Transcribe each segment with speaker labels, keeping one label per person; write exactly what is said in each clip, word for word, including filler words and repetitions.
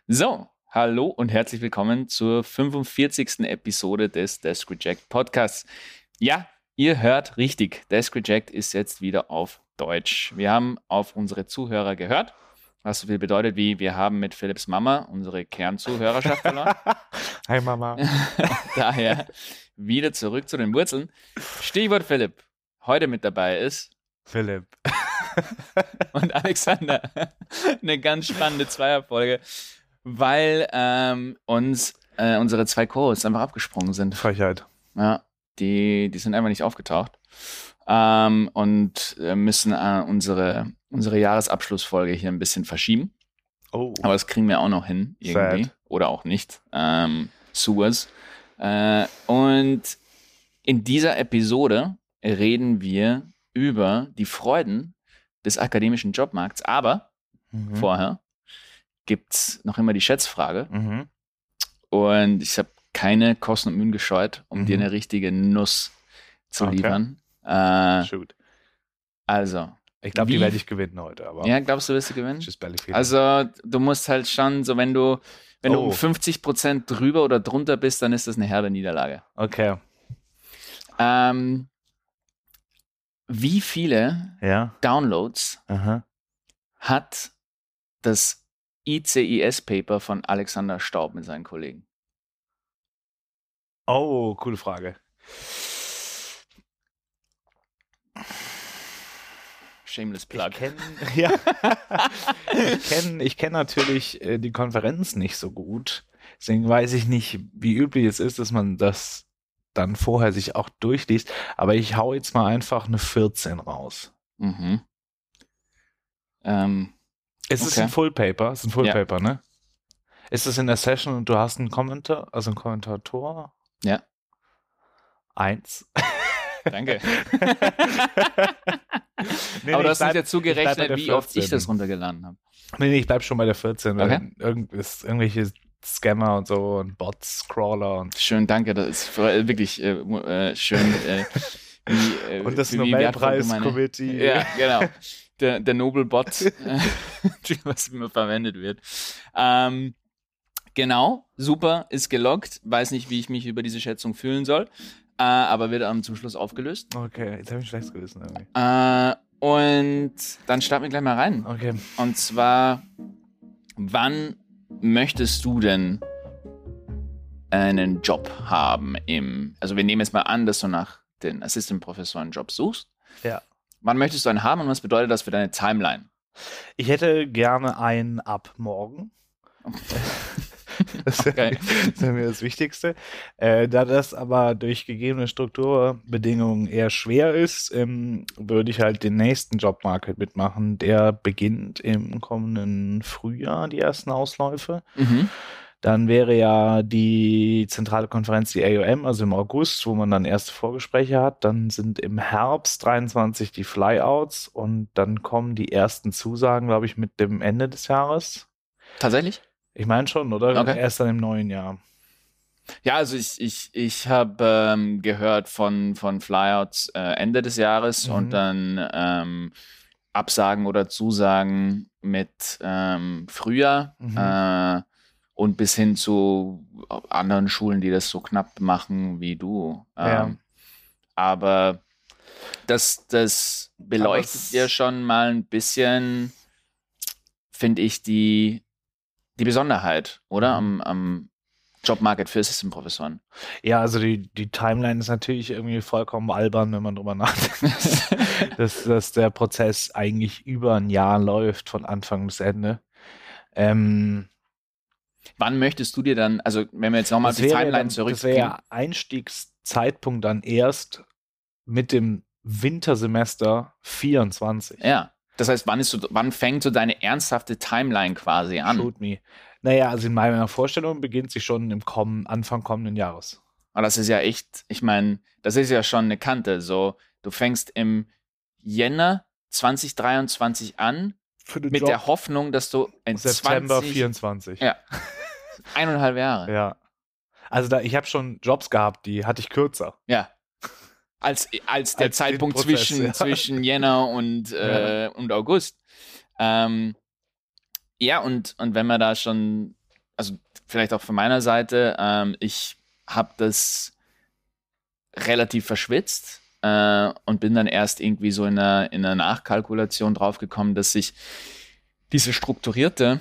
Speaker 1: So, hallo und herzlich willkommen zur fünfundvierzigsten Episode des Desk Reject Podcasts. Ja, ihr hört richtig, Desk Reject ist jetzt wieder auf Deutsch. Wir haben auf unsere Zuhörer gehört, was so viel bedeutet wie, wir haben mit Philipps Mama unsere Kernzuhörerschaft verloren.
Speaker 2: Hi Mama.
Speaker 1: Daher wieder zurück zu den Wurzeln. Stichwort Philipp. Heute mit dabei ist
Speaker 2: Philipp.
Speaker 1: und Alexander. Eine ganz spannende Zweierfolge, weil ähm, uns äh, unsere zwei Co-Hosts einfach abgesprungen sind.
Speaker 2: Frechheit.
Speaker 1: Ja, die, die sind einfach nicht aufgetaucht ähm, und äh, müssen äh, unsere, unsere Jahresabschlussfolge hier ein bisschen verschieben.
Speaker 2: Oh.
Speaker 1: Aber das kriegen wir auch noch hin, irgendwie.
Speaker 2: Sad.
Speaker 1: Oder auch nicht. Ähm, Suez. Äh, und in dieser Episode reden wir über die Freuden des akademischen Jobmarkts. Aber
Speaker 2: Mhm.
Speaker 1: vorher gibt's noch immer die Schätzfrage.
Speaker 2: Mhm.
Speaker 1: Und ich habe keine Kosten und Mühen gescheut, um
Speaker 2: Mhm.
Speaker 1: dir eine richtige Nuss zu
Speaker 2: Okay.
Speaker 1: liefern. Äh,
Speaker 2: Shoot.
Speaker 1: also,
Speaker 2: Ich glaube,
Speaker 1: Wie-
Speaker 2: die werde ich gewinnen heute, aber
Speaker 1: ja, glaubst du, wirst du gewinnen?
Speaker 2: just barely feeling.
Speaker 1: Also, du musst halt schon, so wenn du, wenn du
Speaker 2: Oh.
Speaker 1: um fünfzig Prozent drüber oder drunter bist, dann ist das eine herbe Niederlage.
Speaker 2: Okay.
Speaker 1: Ähm, wie viele
Speaker 2: Ja.
Speaker 1: Downloads
Speaker 2: Aha.
Speaker 1: hat das I C I S-Paper von Alexander Staub mit seinen Kollegen?
Speaker 2: Oh, coole Frage.
Speaker 1: Shameless
Speaker 2: Ich
Speaker 1: Plug.
Speaker 2: kenne ja. ich kenn, ich kenn natürlich äh, die Konferenz nicht so gut. Deswegen weiß ich nicht, wie üblich es ist, dass man das dann vorher sich auch durchliest. Aber ich hau jetzt mal einfach eine vierzehn raus.
Speaker 1: Mhm. Ähm,
Speaker 2: Es ist
Speaker 1: Okay.
Speaker 2: ein Full Paper, es ist ein Full
Speaker 1: Ja.
Speaker 2: Paper, ne? Ist es in der Session und du hast einen Kommentator, also einen Kommentator?
Speaker 1: Ja.
Speaker 2: Eins.
Speaker 1: danke.
Speaker 2: Nee,
Speaker 1: Aber
Speaker 2: nee,
Speaker 1: du
Speaker 2: ich
Speaker 1: hast nicht
Speaker 2: bleib-
Speaker 1: dazu
Speaker 2: ich bleib bei
Speaker 1: gerechnet,
Speaker 2: der
Speaker 1: wie oft ich
Speaker 2: vierzehn.
Speaker 1: das runtergeladen habe.
Speaker 2: Nee, nee, ich bleib schon bei der vierzehn, weil
Speaker 1: Okay.
Speaker 2: irgend ist irgendwelche Scammer und so und Bots, Crawler und
Speaker 1: Schön, danke. Das ist voll- wirklich äh, mu- äh, schön. Äh, wie, äh,
Speaker 2: und das
Speaker 1: wie wertvoll du meine-
Speaker 2: Nobelpreis-Committee.
Speaker 1: Ja, genau. Der, der Nobel-Bot, äh, was immer verwendet wird. Ähm, genau, super, ist gelockt. Weiß nicht, wie ich mich über diese Schätzung fühlen soll, äh, aber wird am zum Schluss aufgelöst.
Speaker 2: Okay, jetzt habe ich ein schlechtes Gewissen irgendwie.
Speaker 1: Äh, und dann starten wir gleich mal rein.
Speaker 2: Okay.
Speaker 1: Und zwar, wann möchtest du denn einen Job haben im, also wir nehmen jetzt mal an, dass du nach den Assistant-Professoren-Job suchst.
Speaker 2: Ja.
Speaker 1: Wann möchtest du einen haben und was bedeutet das für deine Timeline?
Speaker 2: Ich hätte gerne einen ab morgen. Das wäre
Speaker 1: Okay.
Speaker 2: wär mir das Wichtigste. Äh, da das aber durch gegebene Strukturbedingungen eher schwer ist, ähm, würde ich halt den nächsten Jobmarket mitmachen. Der beginnt im kommenden Frühjahr, die ersten Ausläufe.
Speaker 1: Mhm.
Speaker 2: Dann wäre ja die zentrale Konferenz, die A O M, also im August, wo man dann erste Vorgespräche hat. Dann sind im Herbst dreiundzwanzig die Flyouts und dann kommen die ersten Zusagen, glaube ich, mit dem Ende des Jahres.
Speaker 1: Tatsächlich?
Speaker 2: Ich meine schon, oder?
Speaker 1: Okay.
Speaker 2: Erst dann im neuen Jahr.
Speaker 1: Ja, also ich, ich, ich habe ähm, gehört von, von Flyouts äh, Ende des Jahres
Speaker 2: Mhm.
Speaker 1: und dann ähm, Absagen oder Zusagen mit ähm, Frühjahr
Speaker 2: Mhm.
Speaker 1: äh, und bis hin zu anderen Schulen, die das so knapp machen wie du. Ähm,
Speaker 2: Ja.
Speaker 1: Aber das, das beleuchtet
Speaker 2: es-
Speaker 1: ja schon mal ein bisschen, finde ich, die, die Besonderheit, oder?
Speaker 2: Mhm.
Speaker 1: Am, am Jobmarket für Assistant-Professoren.
Speaker 2: Ja, also die, die Timeline ist natürlich irgendwie vollkommen albern, wenn man drüber nachdenkt, dass, dass der Prozess eigentlich über ein Jahr läuft, von Anfang bis Ende. Ähm,
Speaker 1: Wann möchtest du dir dann, also wenn wir jetzt nochmal auf
Speaker 2: das
Speaker 1: die
Speaker 2: wäre ja
Speaker 1: Timeline
Speaker 2: dann-
Speaker 1: zurück.
Speaker 2: Das wäre ja Einstiegszeitpunkt dann erst mit dem Wintersemester vierundzwanzig.
Speaker 1: Ja, das heißt, wann, ist so, wann fängt so deine ernsthafte Timeline quasi an?
Speaker 2: Shoot me. Naja, also in meiner Vorstellung beginnt sie schon im kommen, Anfang kommenden Jahres.
Speaker 1: Aber das ist ja echt, ich meine, das ist ja schon eine Kante. So, du fängst im Jänner zwanzig dreiundzwanzig an
Speaker 2: Für den
Speaker 1: mit
Speaker 2: Job
Speaker 1: der Hoffnung, dass du in
Speaker 2: September
Speaker 1: zwanzig,
Speaker 2: vierundzwanzig.
Speaker 1: Ja. eineinhalb Jahre.
Speaker 2: Ja. Also da, ich habe schon Jobs gehabt, die hatte ich kürzer.
Speaker 1: Ja. Als, als der
Speaker 2: Als
Speaker 1: Zeitpunkt
Speaker 2: den Prozess,
Speaker 1: zwischen,
Speaker 2: ja.
Speaker 1: zwischen Jänner und, äh, und August. Ähm, ja, und, und wenn man da schon also vielleicht auch von meiner Seite, ähm, ich habe das relativ verschwitzt äh, und bin dann erst irgendwie so in einer, in einer Nachkalkulation draufgekommen, dass sich diese strukturierte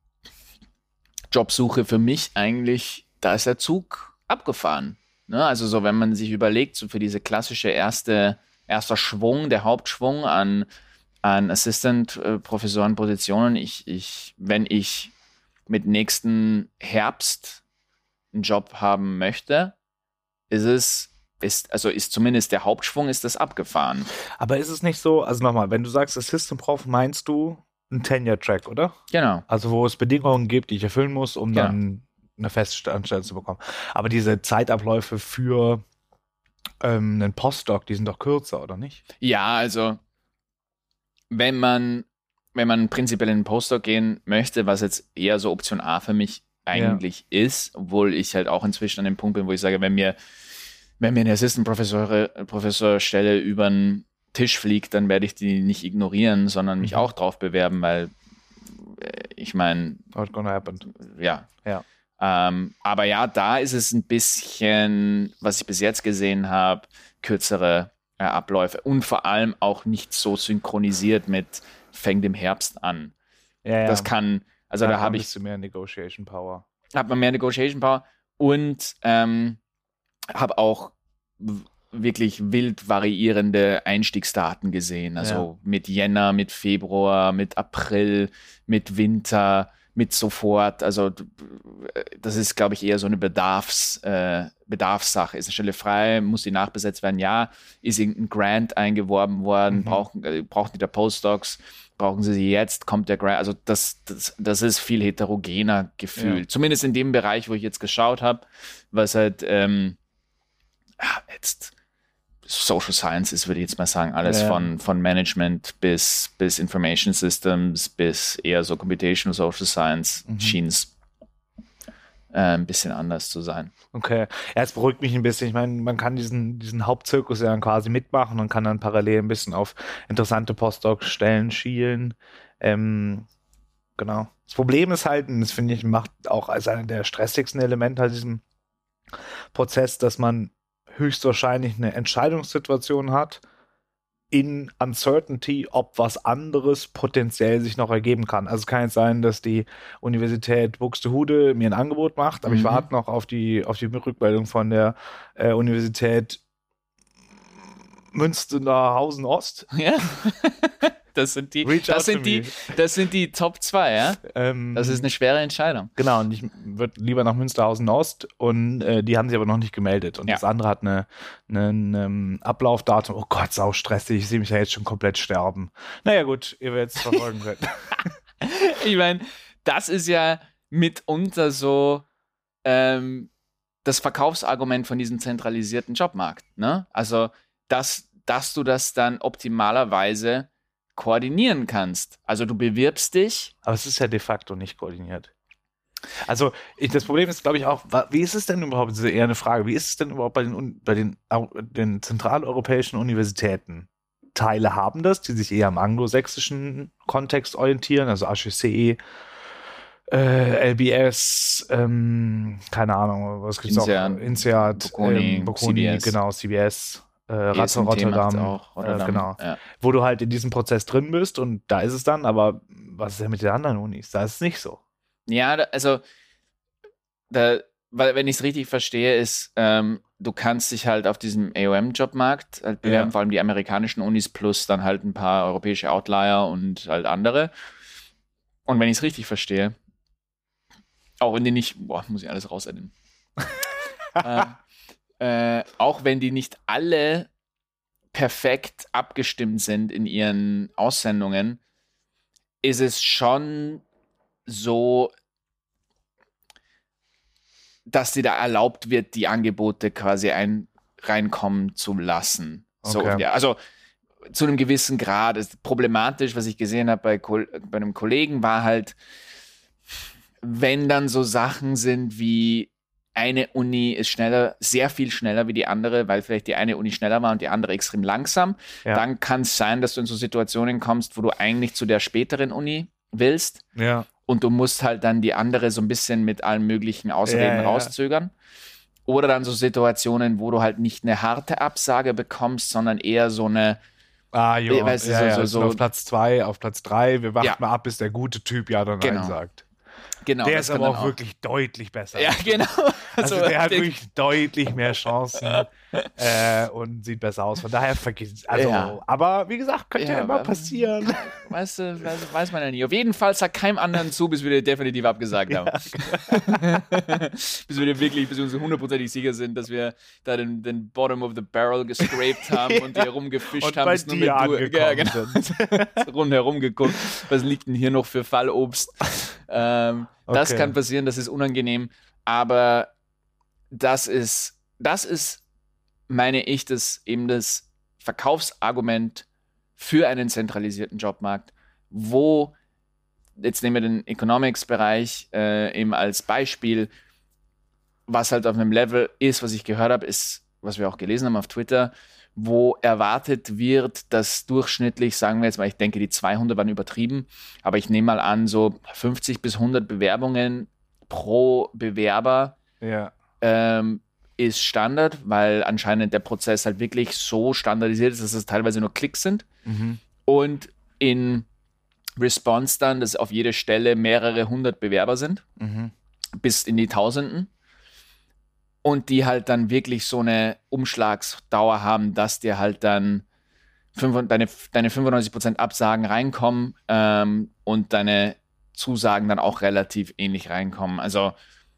Speaker 1: Jobsuche für mich eigentlich, da ist der Zug abgefahren. Ne? Also so, wenn man sich überlegt, so für diese klassische erste, erster Schwung, der Hauptschwung an, an Assistant-Professoren-Positionen, ich, ich, wenn ich mit nächsten Herbst einen Job haben möchte, ist es, ist, also ist zumindest der Hauptschwung, ist das abgefahren.
Speaker 2: Aber ist es nicht so, also nochmal, wenn du sagst Assistant Prof, meinst du ein Tenure-Track, oder?
Speaker 1: Genau.
Speaker 2: Also wo es Bedingungen gibt, die ich erfüllen muss, um
Speaker 1: Genau.
Speaker 2: dann eine feste Anstellung zu bekommen. Aber diese Zeitabläufe für ähm, einen Postdoc, die sind doch kürzer, oder nicht?
Speaker 1: Ja, also wenn man, wenn man prinzipiell in den Postdoc gehen möchte, was jetzt eher so Option A für mich eigentlich ja. ist, obwohl ich halt auch inzwischen an dem Punkt bin, wo ich sage, wenn mir, wenn mir eine Assistant-Professorstelle über den Tisch fliegt, dann werde ich die nicht ignorieren, sondern mich mhm. auch drauf bewerben, weil ich meine,
Speaker 2: Not gonna happen.
Speaker 1: Ja.
Speaker 2: Ja.
Speaker 1: Ähm, aber ja, da ist es ein bisschen, was ich bis jetzt gesehen habe, kürzere äh, Abläufe und vor allem auch nicht so synchronisiert mit fängt im Herbst an.
Speaker 2: Ja, ja.
Speaker 1: Das kann, also da, da habe ich
Speaker 2: mehr Negotiation Power.
Speaker 1: Hat man mehr Negotiation Power und ähm, habe auch w- wirklich wild variierende Einstiegsdaten gesehen. Also ja. mit Jänner, mit Februar, mit April, mit Winter, mit sofort. Also das ist, glaube ich, eher so eine Bedarfs, äh, Bedarfssache. Ist eine Stelle frei? Muss die nachbesetzt werden? Ja. Ist irgendein Grant eingeworben worden? Mhm. Brauchen, äh, brauchen die da Postdocs? Brauchen sie sie jetzt? Kommt der Grant? Also das, das, das ist viel heterogener gefühlt. Ja. Zumindest in dem Bereich, wo ich jetzt geschaut habe, was halt ähm, jetzt Social Science ist, würde ich jetzt mal sagen, alles ja. von, von Management bis, bis Information Systems bis eher so Computational Social Science mhm. schien es äh, ein bisschen anders zu sein.
Speaker 2: Okay, ja, es beruhigt mich ein bisschen. Ich meine, man kann diesen, diesen Hauptzirkus ja dann quasi mitmachen und kann dann parallel ein bisschen auf interessante Postdoc-Stellen schielen. Ähm, genau. Das Problem ist halt, und das finde ich, macht auch als einer der stressigsten Elemente halt diesem Prozess, dass man höchstwahrscheinlich eine Entscheidungssituation hat in Uncertainty, ob was anderes potenziell sich noch ergeben kann. Also es kann jetzt sein, dass die Universität Buxtehude mir ein Angebot macht, aber mhm. ich warte noch auf die, auf die Rückmeldung von der äh, Universität Münsterhausen Ost.
Speaker 1: Ja. Das sind die, das sind die, das sind die Top zwei, ja? Ähm, das ist eine schwere Entscheidung.
Speaker 2: Genau, und ich würde lieber nach Münsterhausen Ost und äh, die haben sich aber noch nicht gemeldet. Und ja. das andere hat eine, eine, eine Ablaufdatum. Oh Gott, sau stressig, ich sehe mich ja jetzt schon komplett sterben. Naja gut, ihr werdet es verfolgen können.
Speaker 1: Ich meine, das ist ja mitunter so ähm, das Verkaufsargument von diesem zentralisierten Jobmarkt. Ne? Also, dass, dass du das dann optimalerweise koordinieren kannst. Also du bewirbst dich.
Speaker 2: Aber es ist ja de facto nicht koordiniert. Also ich, das Problem ist, glaube ich, auch, wie ist es denn überhaupt, das ist eher eine Frage, wie ist es denn überhaupt bei den, bei den, den zentraleuropäischen Universitäten? Teile haben das, die sich eher im anglosächsischen Kontext orientieren, also H E C, äh, L B S, ähm, keine Ahnung, was gibt's noch? INSEAD,
Speaker 1: Bocconi,
Speaker 2: ähm, Bocconi,
Speaker 1: C B S.
Speaker 2: Genau, C B S. Äh,
Speaker 1: E S M T
Speaker 2: Rotterdam,
Speaker 1: auch, Rotterdam,
Speaker 2: äh, genau.
Speaker 1: Ja.
Speaker 2: Wo du halt in diesem Prozess drin bist und da ist es dann, aber was ist denn mit den anderen Unis? Da ist es nicht so.
Speaker 1: Ja, da, also, da, weil, wenn ich es richtig verstehe, ist, ähm, du kannst dich halt auf diesem A O M-Jobmarkt halt bewerben, ja. vor allem die amerikanischen Unis plus dann halt ein paar europäische Outlier und halt andere. Und wenn ich es richtig verstehe, auch wenn die nicht, boah, muss ich alles rausenden. äh, Äh, auch wenn die nicht alle perfekt abgestimmt sind in ihren Aussendungen, ist es schon so, dass dir da erlaubt wird, die Angebote quasi ein, reinkommen zu lassen. So,
Speaker 2: okay.
Speaker 1: ja, also zu einem gewissen Grad. Ist problematisch, was ich gesehen habe bei, bei einem Kollegen, war halt, wenn dann so Sachen sind wie eine Uni ist schneller, sehr viel schneller wie die andere, weil vielleicht die eine Uni schneller war und die andere extrem langsam. Ja. Dann kann es sein, dass du in so Situationen kommst, wo du eigentlich zu der späteren Uni willst.
Speaker 2: Ja.
Speaker 1: und du musst halt dann die andere so ein bisschen mit allen möglichen Ausreden
Speaker 2: Ja, ja.
Speaker 1: rauszögern. Oder dann so Situationen, wo du halt nicht eine harte Absage bekommst, sondern eher so eine,
Speaker 2: Ah, jo,
Speaker 1: weißt du,
Speaker 2: ja,
Speaker 1: so-
Speaker 2: ja,
Speaker 1: so-
Speaker 2: ist
Speaker 1: so-
Speaker 2: auf Platz zwei, auf Platz drei. Wir warten
Speaker 1: Ja.
Speaker 2: mal ab, bis der gute Typ ja oder nein
Speaker 1: Genau.
Speaker 2: sagt.
Speaker 1: genau.
Speaker 2: der
Speaker 1: das
Speaker 2: ist
Speaker 1: kann
Speaker 2: aber
Speaker 1: dann
Speaker 2: auch wirklich deutlich besser.
Speaker 1: Ja, genau.
Speaker 2: Also,
Speaker 1: Also,
Speaker 2: der hat
Speaker 1: den-
Speaker 2: wirklich deutlich mehr Chancen äh, und sieht besser aus. Von daher vergiss also,
Speaker 1: Ja.
Speaker 2: aber wie gesagt, könnte ja,
Speaker 1: Ja,
Speaker 2: immer
Speaker 1: aber-
Speaker 2: passieren.
Speaker 1: Weißt du, weiß, weiß man ja nie. Auf jeden Fall sag keinem anderen zu, bis wir dir definitiv abgesagt haben. bis wir dir wirklich, bis wir uns hundertprozentig sicher sind, dass wir da den, den Bottom of the Barrel gescraped haben und hier rumgefischt
Speaker 2: Und
Speaker 1: haben.
Speaker 2: bei
Speaker 1: bis nur
Speaker 2: dir
Speaker 1: mit du-
Speaker 2: angekommen
Speaker 1: ja, genau. Rundherum geguckt. Was liegt denn hier noch für Fallobst? Ähm, Das
Speaker 2: Okay.
Speaker 1: kann passieren, das ist unangenehm, aber das ist, das ist, meine ich, das eben das Verkaufsargument für einen zentralisierten Jobmarkt, wo, jetzt nehmen wir den Economics-Bereich äh, eben als Beispiel, was halt auf einem Level ist, was ich gehört habe, ist, was wir auch gelesen haben auf Twitter, wo erwartet wird, dass durchschnittlich, sagen wir jetzt mal, ich denke, die zweihundert waren übertrieben, aber ich nehme mal an, so fünfzig bis hundert Bewerbungen pro Bewerber
Speaker 2: Ja.
Speaker 1: ähm, ist Standard, weil anscheinend der Prozess halt wirklich so standardisiert ist, dass es teilweise nur Klicks sind.
Speaker 2: Mhm.
Speaker 1: Und in Response dann, dass auf jede Stelle mehrere hundert Bewerber sind,
Speaker 2: Mhm.
Speaker 1: bis in die Tausenden. Und die halt dann wirklich so eine Umschlagsdauer haben, dass dir halt dann fünf, deine, deine fünfundneunzig Prozent Absagen reinkommen ähm, und deine Zusagen dann auch relativ ähnlich reinkommen. Also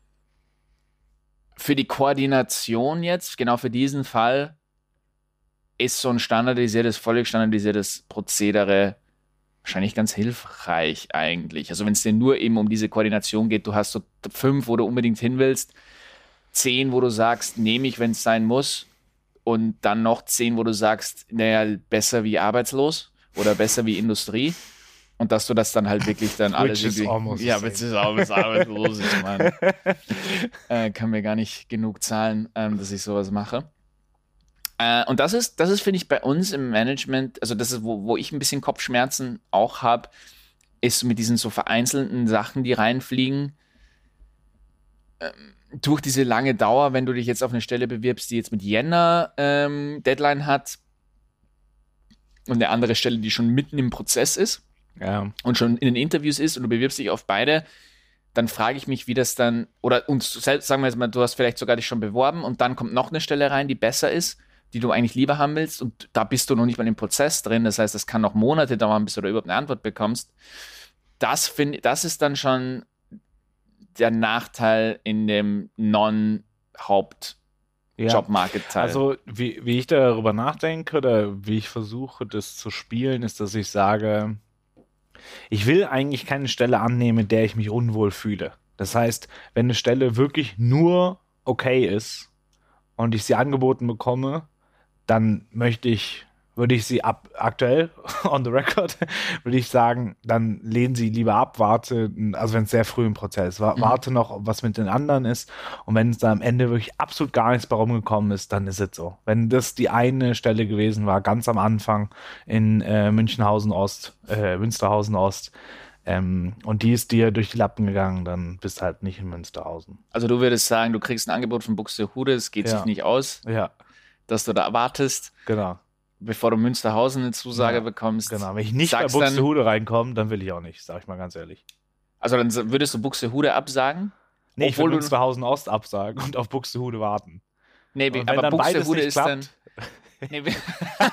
Speaker 1: für die Koordination jetzt, genau für diesen Fall, ist so ein standardisiertes, völlig standardisiertes Prozedere wahrscheinlich ganz hilfreich eigentlich. Also wenn es dir nur eben um diese Koordination geht, du hast so fünf, wo du unbedingt hin willst, zehn, wo du sagst, nehme ich, wenn es sein muss, und dann noch zehn, wo du sagst, naja, besser wie arbeitslos oder besser wie Industrie. Und dass du das dann halt wirklich dann alles
Speaker 2: Which is
Speaker 1: irgendwie...
Speaker 2: almost the
Speaker 1: Ja,
Speaker 2: same.
Speaker 1: which is almost arbeitslos. Ich meine, äh, kann mir gar nicht genug zahlen, ähm, dass ich sowas mache. Äh, und das ist, das ist, finde ich, bei uns im Management, also das ist, wo, wo ich ein bisschen Kopfschmerzen auch habe, ist mit diesen so vereinzelten Sachen, die reinfliegen. Ähm, durch diese lange Dauer, wenn du dich jetzt auf eine Stelle bewirbst, die jetzt mit Jänner ähm, Deadline hat und eine andere Stelle, die schon mitten im Prozess ist
Speaker 2: Ja.
Speaker 1: und schon in den Interviews ist und du bewirbst dich auf beide, dann frage ich mich, wie das dann, oder und selbst sagen wir jetzt mal, du hast vielleicht sogar dich schon beworben und dann kommt noch eine Stelle rein, die besser ist, die du eigentlich lieber haben willst, und da bist du noch nicht mal im Prozess drin. Das heißt, das kann noch Monate dauern, bis du da überhaupt eine Antwort bekommst. Das finde, das ist dann schon der Nachteil in dem Non-Haupt-Job-Market-Teil.
Speaker 2: Also, wie, wie ich darüber nachdenke oder wie ich versuche, das zu spielen, ist, dass ich sage, ich will eigentlich keine Stelle annehmen, in der ich mich unwohl fühle. Das heißt, wenn eine Stelle wirklich nur okay ist und ich sie angeboten bekomme, dann möchte ich, würde ich sie ab, aktuell, on the record, würde ich sagen, dann lehnen sie lieber ab, warte, also wenn es sehr früh im Prozess ist, wa-
Speaker 1: Mhm.
Speaker 2: warte noch, was mit den anderen ist, und wenn es da am Ende wirklich absolut gar nichts bei rumgekommen ist, dann ist es so. Wenn das die eine Stelle gewesen war, ganz am Anfang in äh, Münchenhausen Ost, äh, Münsterhausen Ost, ähm, und die ist dir durch die Lappen gegangen, dann bist du halt nicht in Münsterhausen.
Speaker 1: Also du würdest sagen, du kriegst ein Angebot von Buxtehude, es geht
Speaker 2: Ja.
Speaker 1: sich nicht aus,
Speaker 2: Ja,
Speaker 1: dass du da wartest,
Speaker 2: genau.
Speaker 1: bevor du Münsterhausen eine Zusage
Speaker 2: Ja,
Speaker 1: bekommst.
Speaker 2: Genau, wenn ich nicht
Speaker 1: Sagst
Speaker 2: bei
Speaker 1: dann-
Speaker 2: Buxtehude reinkomme, dann will ich auch nicht, sag ich mal ganz ehrlich.
Speaker 1: Also dann würdest du Buxtehude absagen?
Speaker 2: Nee, ich will
Speaker 1: Obwohl du-
Speaker 2: Münsterhausen Ost absagen und auf Buxtehude warten.
Speaker 1: Nee,
Speaker 2: Und wenn
Speaker 1: aber
Speaker 2: dann beides
Speaker 1: Buxtehude
Speaker 2: nicht
Speaker 1: ist dann...
Speaker 2: klappt-
Speaker 1: Nee, wir-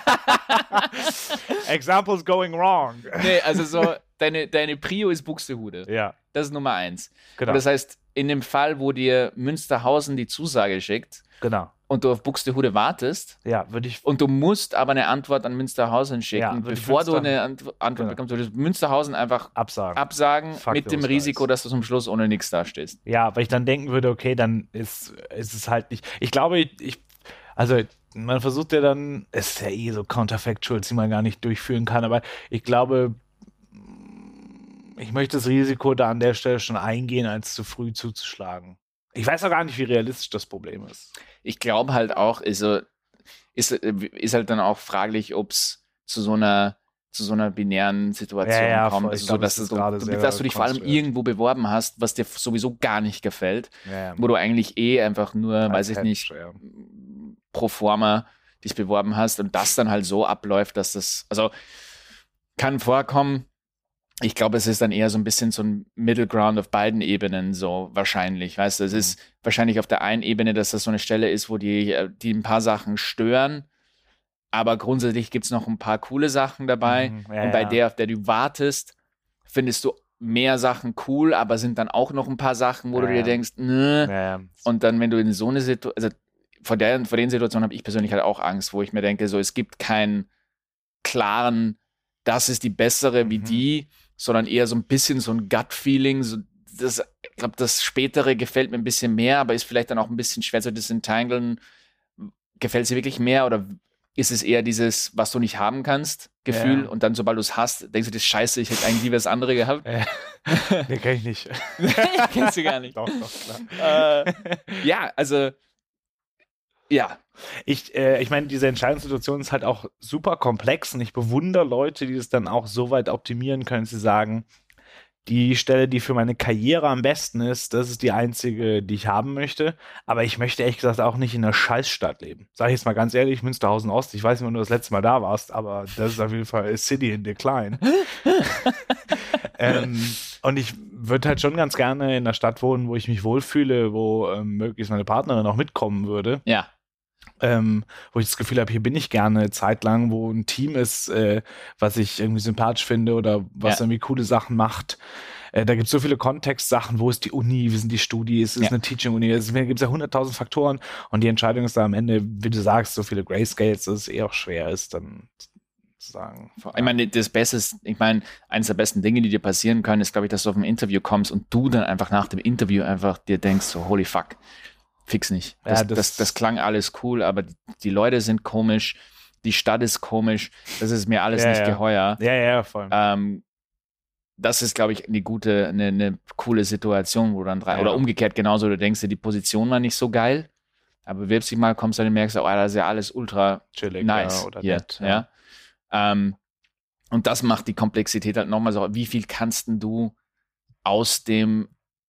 Speaker 2: Examples going wrong.
Speaker 1: nee, also so, deine, deine Prio ist Buxtehude.
Speaker 2: Ja,
Speaker 1: Das ist Nummer eins.
Speaker 2: genau.
Speaker 1: Und das heißt, in dem Fall, wo dir Münsterhausen die Zusage schickt
Speaker 2: genau.
Speaker 1: und du auf Buxtehude wartest
Speaker 2: Ja, würde ich.
Speaker 1: und du musst aber eine Antwort an Münsterhausen schicken,
Speaker 2: Ja, würde ich
Speaker 1: bevor du
Speaker 2: Münster-
Speaker 1: eine Ant Antwort
Speaker 2: Genau.
Speaker 1: bekommst, würdest du Münsterhausen einfach
Speaker 2: Absagen.
Speaker 1: absagen
Speaker 2: Fuck
Speaker 1: mit dem
Speaker 2: those
Speaker 1: Risiko,
Speaker 2: guys.
Speaker 1: dass du zum Schluss ohne nichts dastehst.
Speaker 2: Ja, weil ich dann denken würde, okay, dann ist, ist es halt nicht. Ich glaube, ich, ich also man versucht ja dann, es ist ja eh so Counterfactuals, die man gar nicht durchführen kann, aber ich glaube, ich möchte das Risiko da an der Stelle schon eingehen, als zu früh zuzuschlagen. Ich weiß auch gar nicht, wie realistisch das Problem ist.
Speaker 1: Ich glaube halt auch, also ist, ist halt dann auch fraglich, ob es zu so einer zu so einer binären Situation
Speaker 2: Ja, ja,
Speaker 1: kommt.
Speaker 2: voll.
Speaker 1: Also
Speaker 2: Ich
Speaker 1: so,
Speaker 2: glaub,
Speaker 1: dass,
Speaker 2: das ist
Speaker 1: du,
Speaker 2: gerade
Speaker 1: du,
Speaker 2: sehr
Speaker 1: dass du dich vor allem
Speaker 2: konstruiert.
Speaker 1: irgendwo beworben hast, was dir sowieso gar nicht gefällt,
Speaker 2: Ja, ja.
Speaker 1: wo du eigentlich eh einfach nur,
Speaker 2: Als
Speaker 1: weiß ich
Speaker 2: Hedge,
Speaker 1: nicht,
Speaker 2: ja.
Speaker 1: pro forma dich beworben hast und das dann halt so abläuft, dass das, also kann vorkommen. Ich glaube, es ist dann eher so ein bisschen so ein Middle Ground auf beiden Ebenen so wahrscheinlich, weißt du, es
Speaker 2: Mhm.
Speaker 1: ist wahrscheinlich auf der einen Ebene, dass das so eine Stelle ist, wo die, die ein paar Sachen stören, aber grundsätzlich gibt es noch ein paar coole Sachen dabei
Speaker 2: Mhm, ja,
Speaker 1: und bei
Speaker 2: ja.
Speaker 1: der, auf der du wartest, findest du mehr Sachen cool, aber sind dann auch noch ein paar Sachen, wo
Speaker 2: Ja,
Speaker 1: du dir
Speaker 2: ja.
Speaker 1: denkst, nö.
Speaker 2: Ja, ja.
Speaker 1: Und dann, wenn du in so eine Situation, also vor, der, vor den Situationen habe ich persönlich halt auch Angst, wo ich mir denke, so es gibt keinen klaren, das ist die bessere wie
Speaker 2: Mhm.
Speaker 1: die, sondern eher so ein bisschen so ein Gut-Feeling. So, das, ich glaube, das Spätere gefällt mir ein bisschen mehr, aber ist vielleicht dann auch ein bisschen schwer zu disentanglen. Gefällt es dir wirklich mehr oder ist es eher dieses, was du nicht haben kannst, Gefühl?
Speaker 2: Ja.
Speaker 1: Und dann, sobald du es hast, denkst du, das ist scheiße, ich hätte eigentlich lieber das andere gehabt.
Speaker 2: Äh, nee, kenn ich nicht.
Speaker 1: Kennst du gar nicht.
Speaker 2: Doch, doch, klar.
Speaker 1: Äh, ja, also, ja.
Speaker 2: Ich, äh, ich meine, diese Entscheidungssituation ist halt auch super komplex und ich bewundere Leute, die es dann auch so weit optimieren können, zu sagen, die Stelle, die für meine Karriere am besten ist, das ist die einzige, die ich haben möchte. Aber ich möchte ehrlich gesagt auch nicht in einer Scheißstadt leben. Sag ich jetzt mal ganz ehrlich, Münsterhausen Ost, ich weiß nicht, wann du das letzte Mal da warst, aber das ist auf jeden Fall a City in Decline. ähm, und ich würde halt schon ganz gerne in einer Stadt wohnen, wo ich mich wohlfühle, wo ähm, möglichst meine Partnerin auch mitkommen würde.
Speaker 1: Ja.
Speaker 2: Ähm, wo ich das Gefühl habe, hier bin ich gerne zeitlang, wo ein Team ist, äh, was ich irgendwie sympathisch finde oder was
Speaker 1: Ja.
Speaker 2: irgendwie coole Sachen macht. Äh, da gibt es so viele Kontextsachen, wo ist die Uni, wie sind die Studis, ist
Speaker 1: Ja.
Speaker 2: eine Teaching-Uni, es gibt ja hunderttausend Faktoren und die Entscheidung ist da am Ende, wie du sagst, so viele Grayscales, dass es eh auch schwer ist, dann zu sagen.
Speaker 1: Ich meine, das Beste ist, ich meine, eines der besten Dinge, die dir passieren können, ist, glaube ich, dass du auf ein Interview kommst und du dann einfach nach dem Interview einfach dir denkst, so, holy fuck, fix nicht. Das,
Speaker 2: Ja, das-
Speaker 1: das, das klang alles cool, aber die, die Leute sind komisch, die Stadt ist komisch, das ist mir alles
Speaker 2: Ja,
Speaker 1: nicht
Speaker 2: ja.
Speaker 1: geheuer.
Speaker 2: Ja, ja, voll.
Speaker 1: Ähm, das ist, glaube ich, eine gute, eine, eine coole Situation, wo dann drei,
Speaker 2: Ja.
Speaker 1: oder umgekehrt genauso, du denkst dir, die Position war nicht so geil, aber bewirbst dich mal, kommst dann und merkst, oh, das ist ja alles ultra
Speaker 2: Chillig,
Speaker 1: nice
Speaker 2: ja, oder
Speaker 1: hier,
Speaker 2: nett.
Speaker 1: ja. Ähm, und das macht die Komplexität halt nochmal so, wie viel kannst denn du aus dem,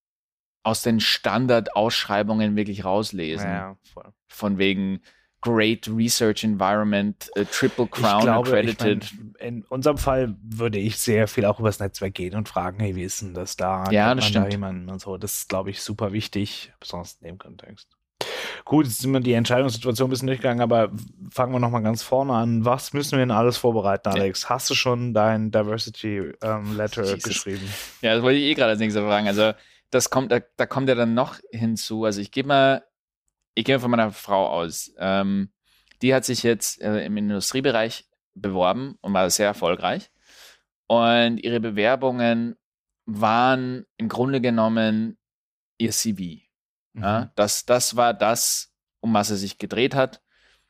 Speaker 1: aus den Standardausschreibungen wirklich rauslesen?
Speaker 2: Ja, voll.
Speaker 1: Von wegen Great Research Environment, äh, Triple
Speaker 2: Ich
Speaker 1: Crown
Speaker 2: glaube, ich
Speaker 1: accredited.
Speaker 2: mein, in unserem Fall würde ich sehr viel auch übers Netzwerk gehen und fragen, hey, wie ist denn das da?
Speaker 1: Ja,
Speaker 2: Kennt
Speaker 1: das
Speaker 2: man da
Speaker 1: stimmt.
Speaker 2: jemanden und so. Das ist, glaube ich, super wichtig, besonders in dem Kontext. Gut, jetzt sind wir die Entscheidungssituation ein bisschen durchgegangen, aber fangen wir nochmal ganz vorne an. Was müssen wir denn alles vorbereiten, Alex? Hast du schon dein Diversity ähm, Letter
Speaker 1: Jesus.
Speaker 2: geschrieben?
Speaker 1: Ja, das wollte ich eh gerade als nächstes fragen. Also, das kommt, da, da kommt ja dann noch hinzu. Also, ich gehe mal, ich gehe mal von meiner Frau aus. Ähm, die hat sich jetzt äh, im Industriebereich beworben und war sehr erfolgreich. Und ihre Bewerbungen waren im Grunde genommen ihr C V.
Speaker 2: Mhm.
Speaker 1: Ja, das, das war das, um was er sich gedreht hat.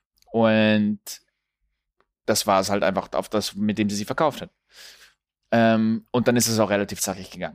Speaker 1: Und das war es halt einfach auf das, mit dem sie sich verkauft hat. Ähm, und dann ist es auch relativ zackig gegangen.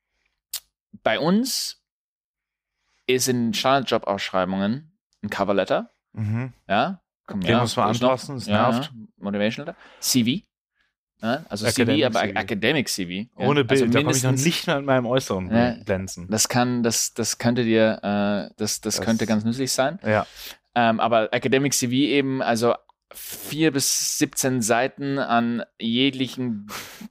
Speaker 1: Bei uns ist in Standardjob-Ausschreibungen ein Coverletter.
Speaker 2: Mhm.
Speaker 1: Ja, komm,
Speaker 2: Den
Speaker 1: ja,
Speaker 2: muss man
Speaker 1: ist noch-
Speaker 2: anpassen, es
Speaker 1: ja,
Speaker 2: nervt.
Speaker 1: Ja, Motivation Letter. C V. Ja, also
Speaker 2: Academic
Speaker 1: C V, aber
Speaker 2: C V.
Speaker 1: Academic C V. Ja.
Speaker 2: Ohne Bild,
Speaker 1: also
Speaker 2: da komme ich noch
Speaker 1: mindestens-
Speaker 2: nicht mal in meinem Äußeren
Speaker 1: Ja.
Speaker 2: glänzen.
Speaker 1: Das kann, das, das könnte dir, äh, das, das,
Speaker 2: Das-
Speaker 1: könnte ganz nützlich sein.
Speaker 2: Ja.
Speaker 1: Ähm, aber Academic C V eben, also vier bis siebzehn Seiten an jeglichen.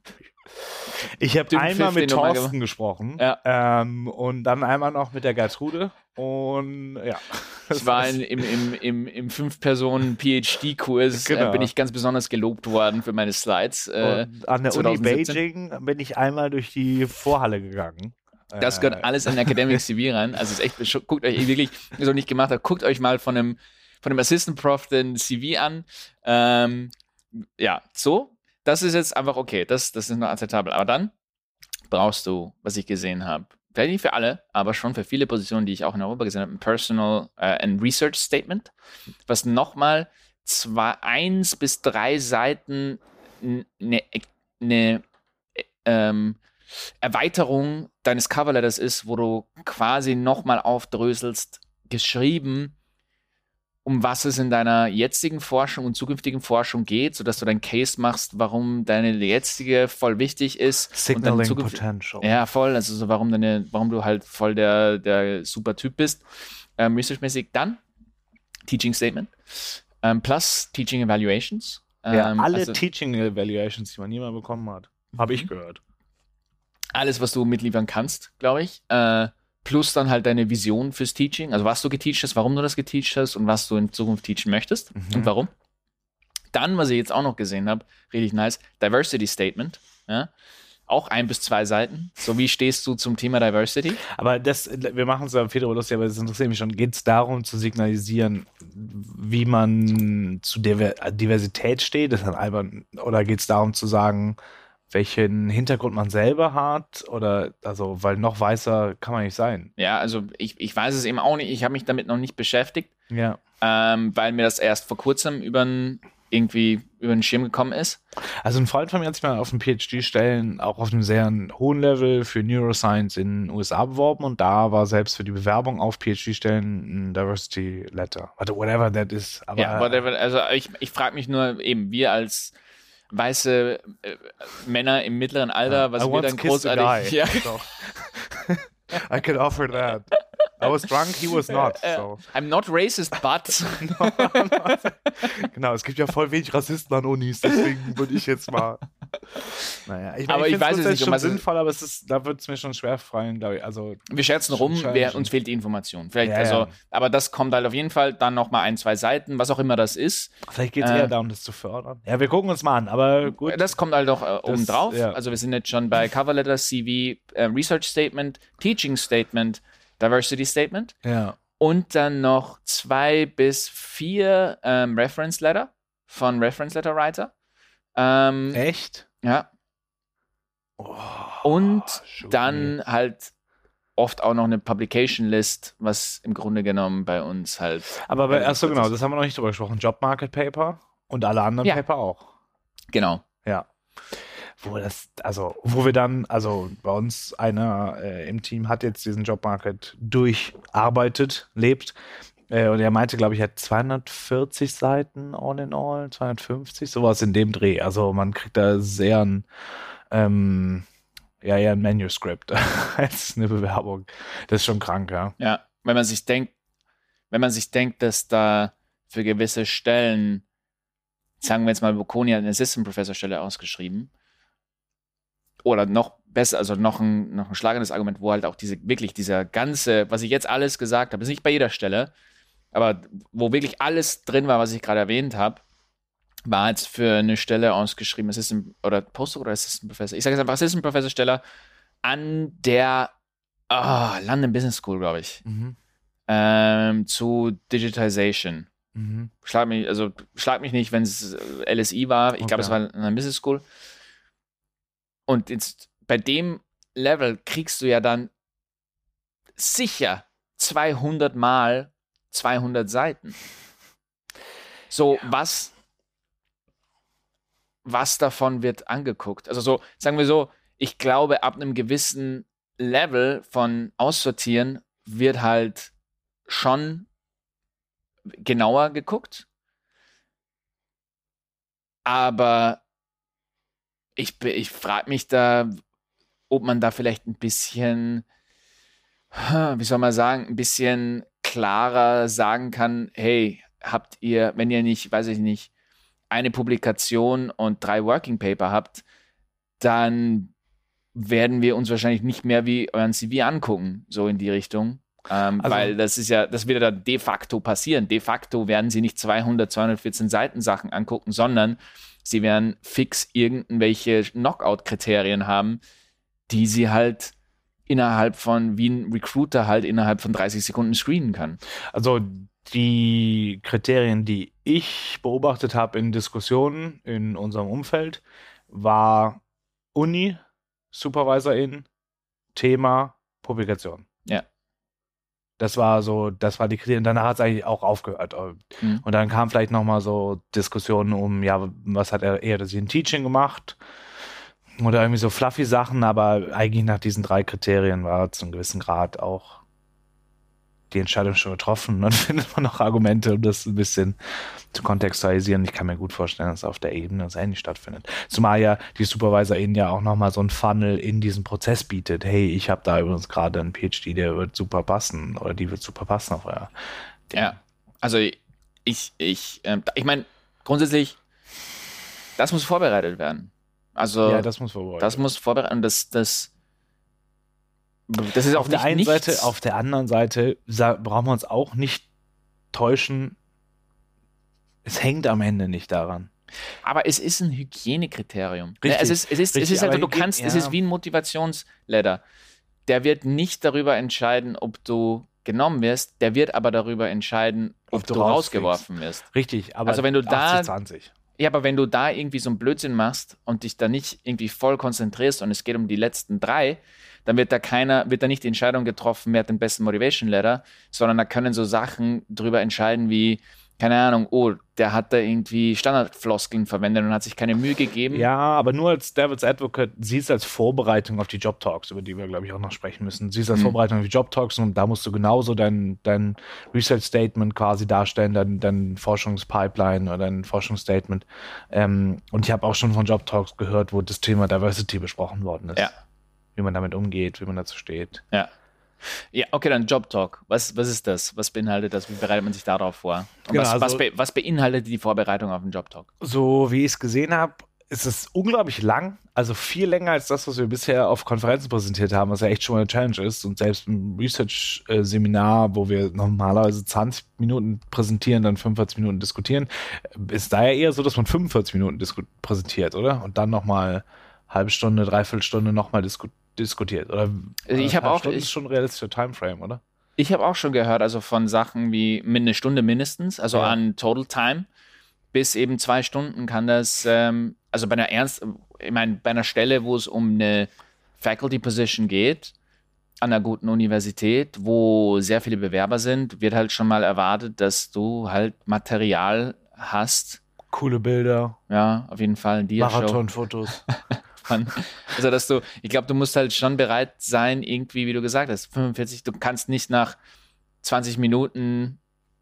Speaker 2: Ich habe
Speaker 1: Dünnen
Speaker 2: einmal
Speaker 1: Pfiff,
Speaker 2: mit
Speaker 1: den du mal
Speaker 2: Thorsten gesprochen
Speaker 1: Ja.
Speaker 2: ähm, und dann einmal noch mit der Gertrude und ja.
Speaker 1: Ich war in, im, im, im, im Fünf-Personen-P H D-Kurs,
Speaker 2: Genau.
Speaker 1: äh, bin ich ganz besonders gelobt worden für meine Slides. Äh,
Speaker 2: Und an der Uni
Speaker 1: zwanzig siebzehn.
Speaker 2: Beijing bin ich einmal durch die Vorhalle gegangen.
Speaker 1: Das
Speaker 2: Äh,
Speaker 1: gehört alles in Academic C V rein. Also es ist echt, guckt euch wirklich, so nicht gemacht habt, guckt euch mal von einem, von einem Assistant Prof den C V an. Ähm, ja, so. Das ist jetzt einfach okay. Das, das ist noch akzeptabel. Aber dann brauchst du, was ich gesehen habe, vielleicht nicht für alle, aber schon für viele Positionen, die ich auch in Europa gesehen habe, ein Personal äh, ein Research Statement, was nochmal zwei, eins bis drei Seiten eine ne, ähm, Erweiterung deines Coverletters ist, wo du quasi nochmal aufdröselst, geschrieben, um was es in deiner jetzigen Forschung und zukünftigen Forschung geht, sodass du deinen Case machst, warum deine jetzige voll wichtig ist.
Speaker 2: Signaling
Speaker 1: und deine
Speaker 2: Potential.
Speaker 1: Ja, voll. Also so, warum, deine, warum du halt voll der, der super Typ bist, ähm, researchmäßig. Dann Teaching Statement ähm, plus Teaching Evaluations. Ähm,
Speaker 2: Ja, alle
Speaker 1: also,
Speaker 2: Teaching Evaluations, die man jemals bekommen hat, habe ich gehört.
Speaker 1: alles, was du mitliefern kannst, glaube ich. Äh, plus dann halt deine Vision fürs Teaching, also was du geteacht hast, warum du das geteacht hast und was du in Zukunft teachen möchtest
Speaker 2: Mhm.
Speaker 1: und warum. Dann, was ich jetzt auch noch gesehen habe, richtig nice, Diversity Statement. Ja? Auch ein bis zwei Seiten. So, wie stehst du zum Thema Diversity?
Speaker 2: Aber das, wir machen es ja Fedor lustig, aber das interessiert mich schon. Geht es darum zu signalisieren, wie man zu Diver- Diversität steht? Das ist albern. Oder geht es darum zu sagen, welchen Hintergrund man selber hat? Oder, also, weil noch weißer kann man nicht sein.
Speaker 1: Ja, also ich, ich weiß es eben auch nicht. Ich habe mich damit noch nicht beschäftigt,
Speaker 2: Ja.
Speaker 1: ähm, weil mir das erst vor kurzem über irgendwie über den Schirm gekommen ist.
Speaker 2: Also ein Freund von mir hat sich mal auf dem PhD-Stellen auch auf einem sehr hohen Level für Neuroscience in den U S A beworben und da war selbst für die Bewerbung auf PhD-Stellen ein Diversity Letter. Whatever that is. Aber,
Speaker 1: ja, whatever. Also ich, ich frage mich nur eben, wir als weiße äh, Männer im mittleren Alter, was
Speaker 2: I
Speaker 1: wir
Speaker 2: once
Speaker 1: dann
Speaker 2: kissed a
Speaker 1: großartig...
Speaker 2: guy,
Speaker 1: Ja.
Speaker 2: so. I could offer that. I was drunk, he was not. So.
Speaker 1: I'm not racist, but...
Speaker 2: Genau, es gibt ja voll wenig Rassisten an Unis, deswegen würde ich jetzt mal... Naja, ich, mein,
Speaker 1: aber
Speaker 2: ich,
Speaker 1: ich weiß es nicht,
Speaker 2: schon
Speaker 1: um was
Speaker 2: sinnvoll, aber es ist, da wird es mir schon schwer fallen, glaube ich. Also,
Speaker 1: wir scherzen rum, wer, uns fehlt die Information. Vielleicht,
Speaker 2: ja,
Speaker 1: also,
Speaker 2: ja.
Speaker 1: aber das kommt halt auf jeden Fall dann nochmal ein, zwei Seiten, was auch immer das ist.
Speaker 2: Vielleicht geht es
Speaker 1: Äh,
Speaker 2: eher darum, das zu fördern. Ja, wir gucken uns mal an, aber gut.
Speaker 1: Das kommt halt auch äh, oben drauf.
Speaker 2: ja.
Speaker 1: Also wir sind jetzt schon bei Cover Letter, C V, äh, Research Statement, Teaching Statement, Diversity Statement
Speaker 2: Ja.
Speaker 1: und dann noch zwei bis vier ähm, Reference Letter von Reference Letter Writer. Ähm,
Speaker 2: Echt?
Speaker 1: ja.
Speaker 2: Oh,
Speaker 1: Und
Speaker 2: Schumi.
Speaker 1: dann halt oft auch noch eine Publication List, was im Grunde genommen bei uns halt.
Speaker 2: Aber bei,
Speaker 1: äh,
Speaker 2: achso, genau, das haben wir noch nicht drüber gesprochen. Job Market Paper und alle anderen
Speaker 1: Ja.
Speaker 2: Paper auch.
Speaker 1: Genau.
Speaker 2: Ja. Wo das, also, wo wir dann, also bei uns einer äh, im Team hat jetzt diesen Job Market durcharbeitet, lebt. Äh, und er meinte, glaube ich, er hat zweihundertvierzig Seiten all in all, zweihundertfünfzig, sowas in dem Dreh. Also man kriegt da sehr ein, ähm, ja, eher ein Manuskript als eine Bewerbung. Das ist schon krank, ja.
Speaker 1: Ja, wenn man sich denkt, wenn man sich denkt, dass da für gewisse Stellen, sagen wir jetzt mal, Bocconi hat eine Assistant Professor Stelle ausgeschrieben, oder noch besser, also noch ein, noch ein schlagendes Argument, wo halt auch diese, wirklich dieser ganze, was ich jetzt alles gesagt habe, ist nicht bei jeder Stelle, aber wo wirklich alles drin war, was ich gerade erwähnt habe, war jetzt für eine Stelle ausgeschrieben, Assistant oder Postdoc oder Assistant Professor, ich sage jetzt einfach Assistant Professor Stelle an der oh, London Business School, glaube ich,
Speaker 2: Mhm.
Speaker 1: ähm, zu Digitization.
Speaker 2: Mhm.
Speaker 1: Schlag mich, also schlag mich nicht, wenn es L S I war. Ich glaube,
Speaker 2: Okay.
Speaker 1: es war in einer Business School. Und jetzt bei dem Level kriegst du ja dann sicher zweihundert mal zweihundert Seiten. So, was, was davon wird angeguckt? Also so, sagen wir so, ich glaube, ab einem gewissen Level von Aussortieren wird halt schon genauer geguckt. Aber ich, be- ich frage mich da, ob man da vielleicht ein bisschen, wie soll man sagen, ein bisschen klarer sagen kann, hey, habt ihr, wenn ihr nicht, weiß ich nicht, eine Publikation und drei Working Paper habt, dann werden wir uns wahrscheinlich nicht mehr wie euren C V angucken, so in die Richtung. Ähm,
Speaker 2: Also-
Speaker 1: weil das ist ja, das wird ja dann de facto passieren. De facto werden sie nicht zweihundert, zweihundertvierzehn Seiten Sachen angucken, sondern sie werden fix irgendwelche Knockout-Kriterien haben, die sie halt innerhalb von, wie ein Recruiter halt innerhalb von dreißig Sekunden screenen kann.
Speaker 2: Also die Kriterien, die ich beobachtet habe in Diskussionen in unserem Umfeld, war Uni, Supervisorin, Thema, Publikation.
Speaker 1: Ja.
Speaker 2: Das war so, das war die Kriterien. Danach hat es eigentlich auch aufgehört.
Speaker 1: Mhm.
Speaker 2: Und dann kam vielleicht nochmal so Diskussionen um, ja, was hat er eher das in Teaching gemacht? Oder irgendwie so fluffy Sachen, aber eigentlich nach diesen drei Kriterien war zu einem gewissen Grad auch die Entscheidung schon getroffen. Und dann findet man noch Argumente, um das ein bisschen zu kontextualisieren. Ich kann mir gut vorstellen, dass auf der Ebene das ähnlich stattfindet. Zumal ja die SupervisorInnen ja auch nochmal so ein Funnel in diesem Prozess bietet. Hey, ich habe da übrigens gerade einen PhD, der wird super passen oder die wird super passen auf euer Ding.
Speaker 1: Ja, also ich, ich, ähm, ich meine, grundsätzlich, das muss vorbereitet werden. Also
Speaker 2: Ja, das muss vorbereitet
Speaker 1: das muss vorbereitet werden. Das, das, das ist
Speaker 2: auf
Speaker 1: auch
Speaker 2: der
Speaker 1: nicht
Speaker 2: einen
Speaker 1: nichts.
Speaker 2: Seite, auf der anderen Seite sa- brauchen wir uns auch nicht täuschen. Es hängt am Ende nicht daran.
Speaker 1: Aber es ist ein Hygienekriterium.
Speaker 2: Richtig,
Speaker 1: Ja, es ist, es ist,
Speaker 2: richtig,
Speaker 1: es ist einfach,
Speaker 2: aber
Speaker 1: du kannst,
Speaker 2: Hygiene-
Speaker 1: es
Speaker 2: ja.
Speaker 1: ist wie ein Motivationsladder. Der wird nicht darüber entscheiden, ob du genommen wirst, der wird aber darüber entscheiden, ob,
Speaker 2: Ob du
Speaker 1: du
Speaker 2: rausfliegst.
Speaker 1: rausgeworfen wirst.
Speaker 2: Richtig, aber
Speaker 1: Also wenn du da-
Speaker 2: achtzig zwanzig.
Speaker 1: Ja, aber wenn du da irgendwie so einen Blödsinn machst und dich da nicht irgendwie voll konzentrierst und es geht um die letzten drei, dann wird da keiner, wird da nicht die Entscheidung getroffen, wer hat den besten Motivation Letter, sondern da können so Sachen drüber entscheiden wie, keine Ahnung, oh, der hat da irgendwie Standardfloskeln verwendet und hat sich keine Mühe gegeben.
Speaker 2: Ja, aber nur als Devil's Advocate, sie ist als Vorbereitung auf die Job Talks, über die wir, glaube ich, auch noch sprechen müssen. Sie ist als
Speaker 1: Mhm.
Speaker 2: Vorbereitung auf die Job Talks und da musst du genauso dein, dein Research Statement quasi darstellen, dein, dein Forschungspipeline oder dein Forschungsstatement. Ähm, und ich habe auch schon von Job Talks gehört, wo das Thema Diversity besprochen worden ist.
Speaker 1: Ja.
Speaker 2: Wie man damit umgeht, wie man dazu steht.
Speaker 1: Ja. Ja, okay, dann Job Talk. Was, was ist das? Was beinhaltet das? Wie bereitet man sich darauf vor? Und
Speaker 2: Genau,
Speaker 1: was,
Speaker 2: also-
Speaker 1: was, be, was beinhaltet die Vorbereitung auf den Job Talk?
Speaker 2: So wie ich es gesehen habe, ist es unglaublich lang, also viel länger als das, was wir bisher auf Konferenzen präsentiert haben, was ja echt schon mal eine Challenge ist. Und selbst im Research-Seminar, wo wir normalerweise zwanzig Minuten präsentieren, dann fünfundvierzig Minuten diskutieren, ist da ja eher so, dass man fünfundvierzig Minuten disku- präsentiert, oder? Und dann nochmal halbe Stunde, dreiviertel Stunde nochmal disku diskutiert. Oder
Speaker 1: Also ich habe
Speaker 2: anderthalb
Speaker 1: auch-
Speaker 2: Stunden
Speaker 1: ich-
Speaker 2: ist schon ein realistischer Timeframe, oder?
Speaker 1: Ich habe auch schon gehört, also von Sachen wie eine Stunde mindestens, also
Speaker 2: Ja.
Speaker 1: an Total Time, bis eben zwei Stunden kann das, ähm, also bei einer Ernst, ich meine, bei einer Stelle, wo es um eine Faculty Position geht, an einer guten Universität, wo sehr viele Bewerber sind, wird halt schon mal erwartet, dass du halt Material hast.
Speaker 2: Coole Bilder,
Speaker 1: Ja, auf jeden Fall ein Dia-Show.
Speaker 2: Marathonfotos.
Speaker 1: Mann. Also, dass du, ich glaube, du musst halt schon bereit sein, irgendwie, wie du gesagt hast, fünfundvierzig, du kannst nicht nach zwanzig Minuten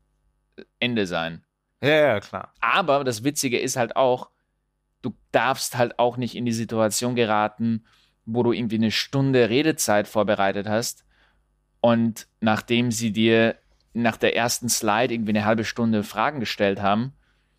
Speaker 1: Ende sein.
Speaker 2: Ja, ja, klar.
Speaker 1: Aber das Witzige ist halt auch, du darfst halt auch nicht in die Situation geraten, wo du irgendwie eine Stunde Redezeit vorbereitet hast und nachdem sie dir nach der ersten Slide irgendwie eine halbe Stunde Fragen gestellt haben,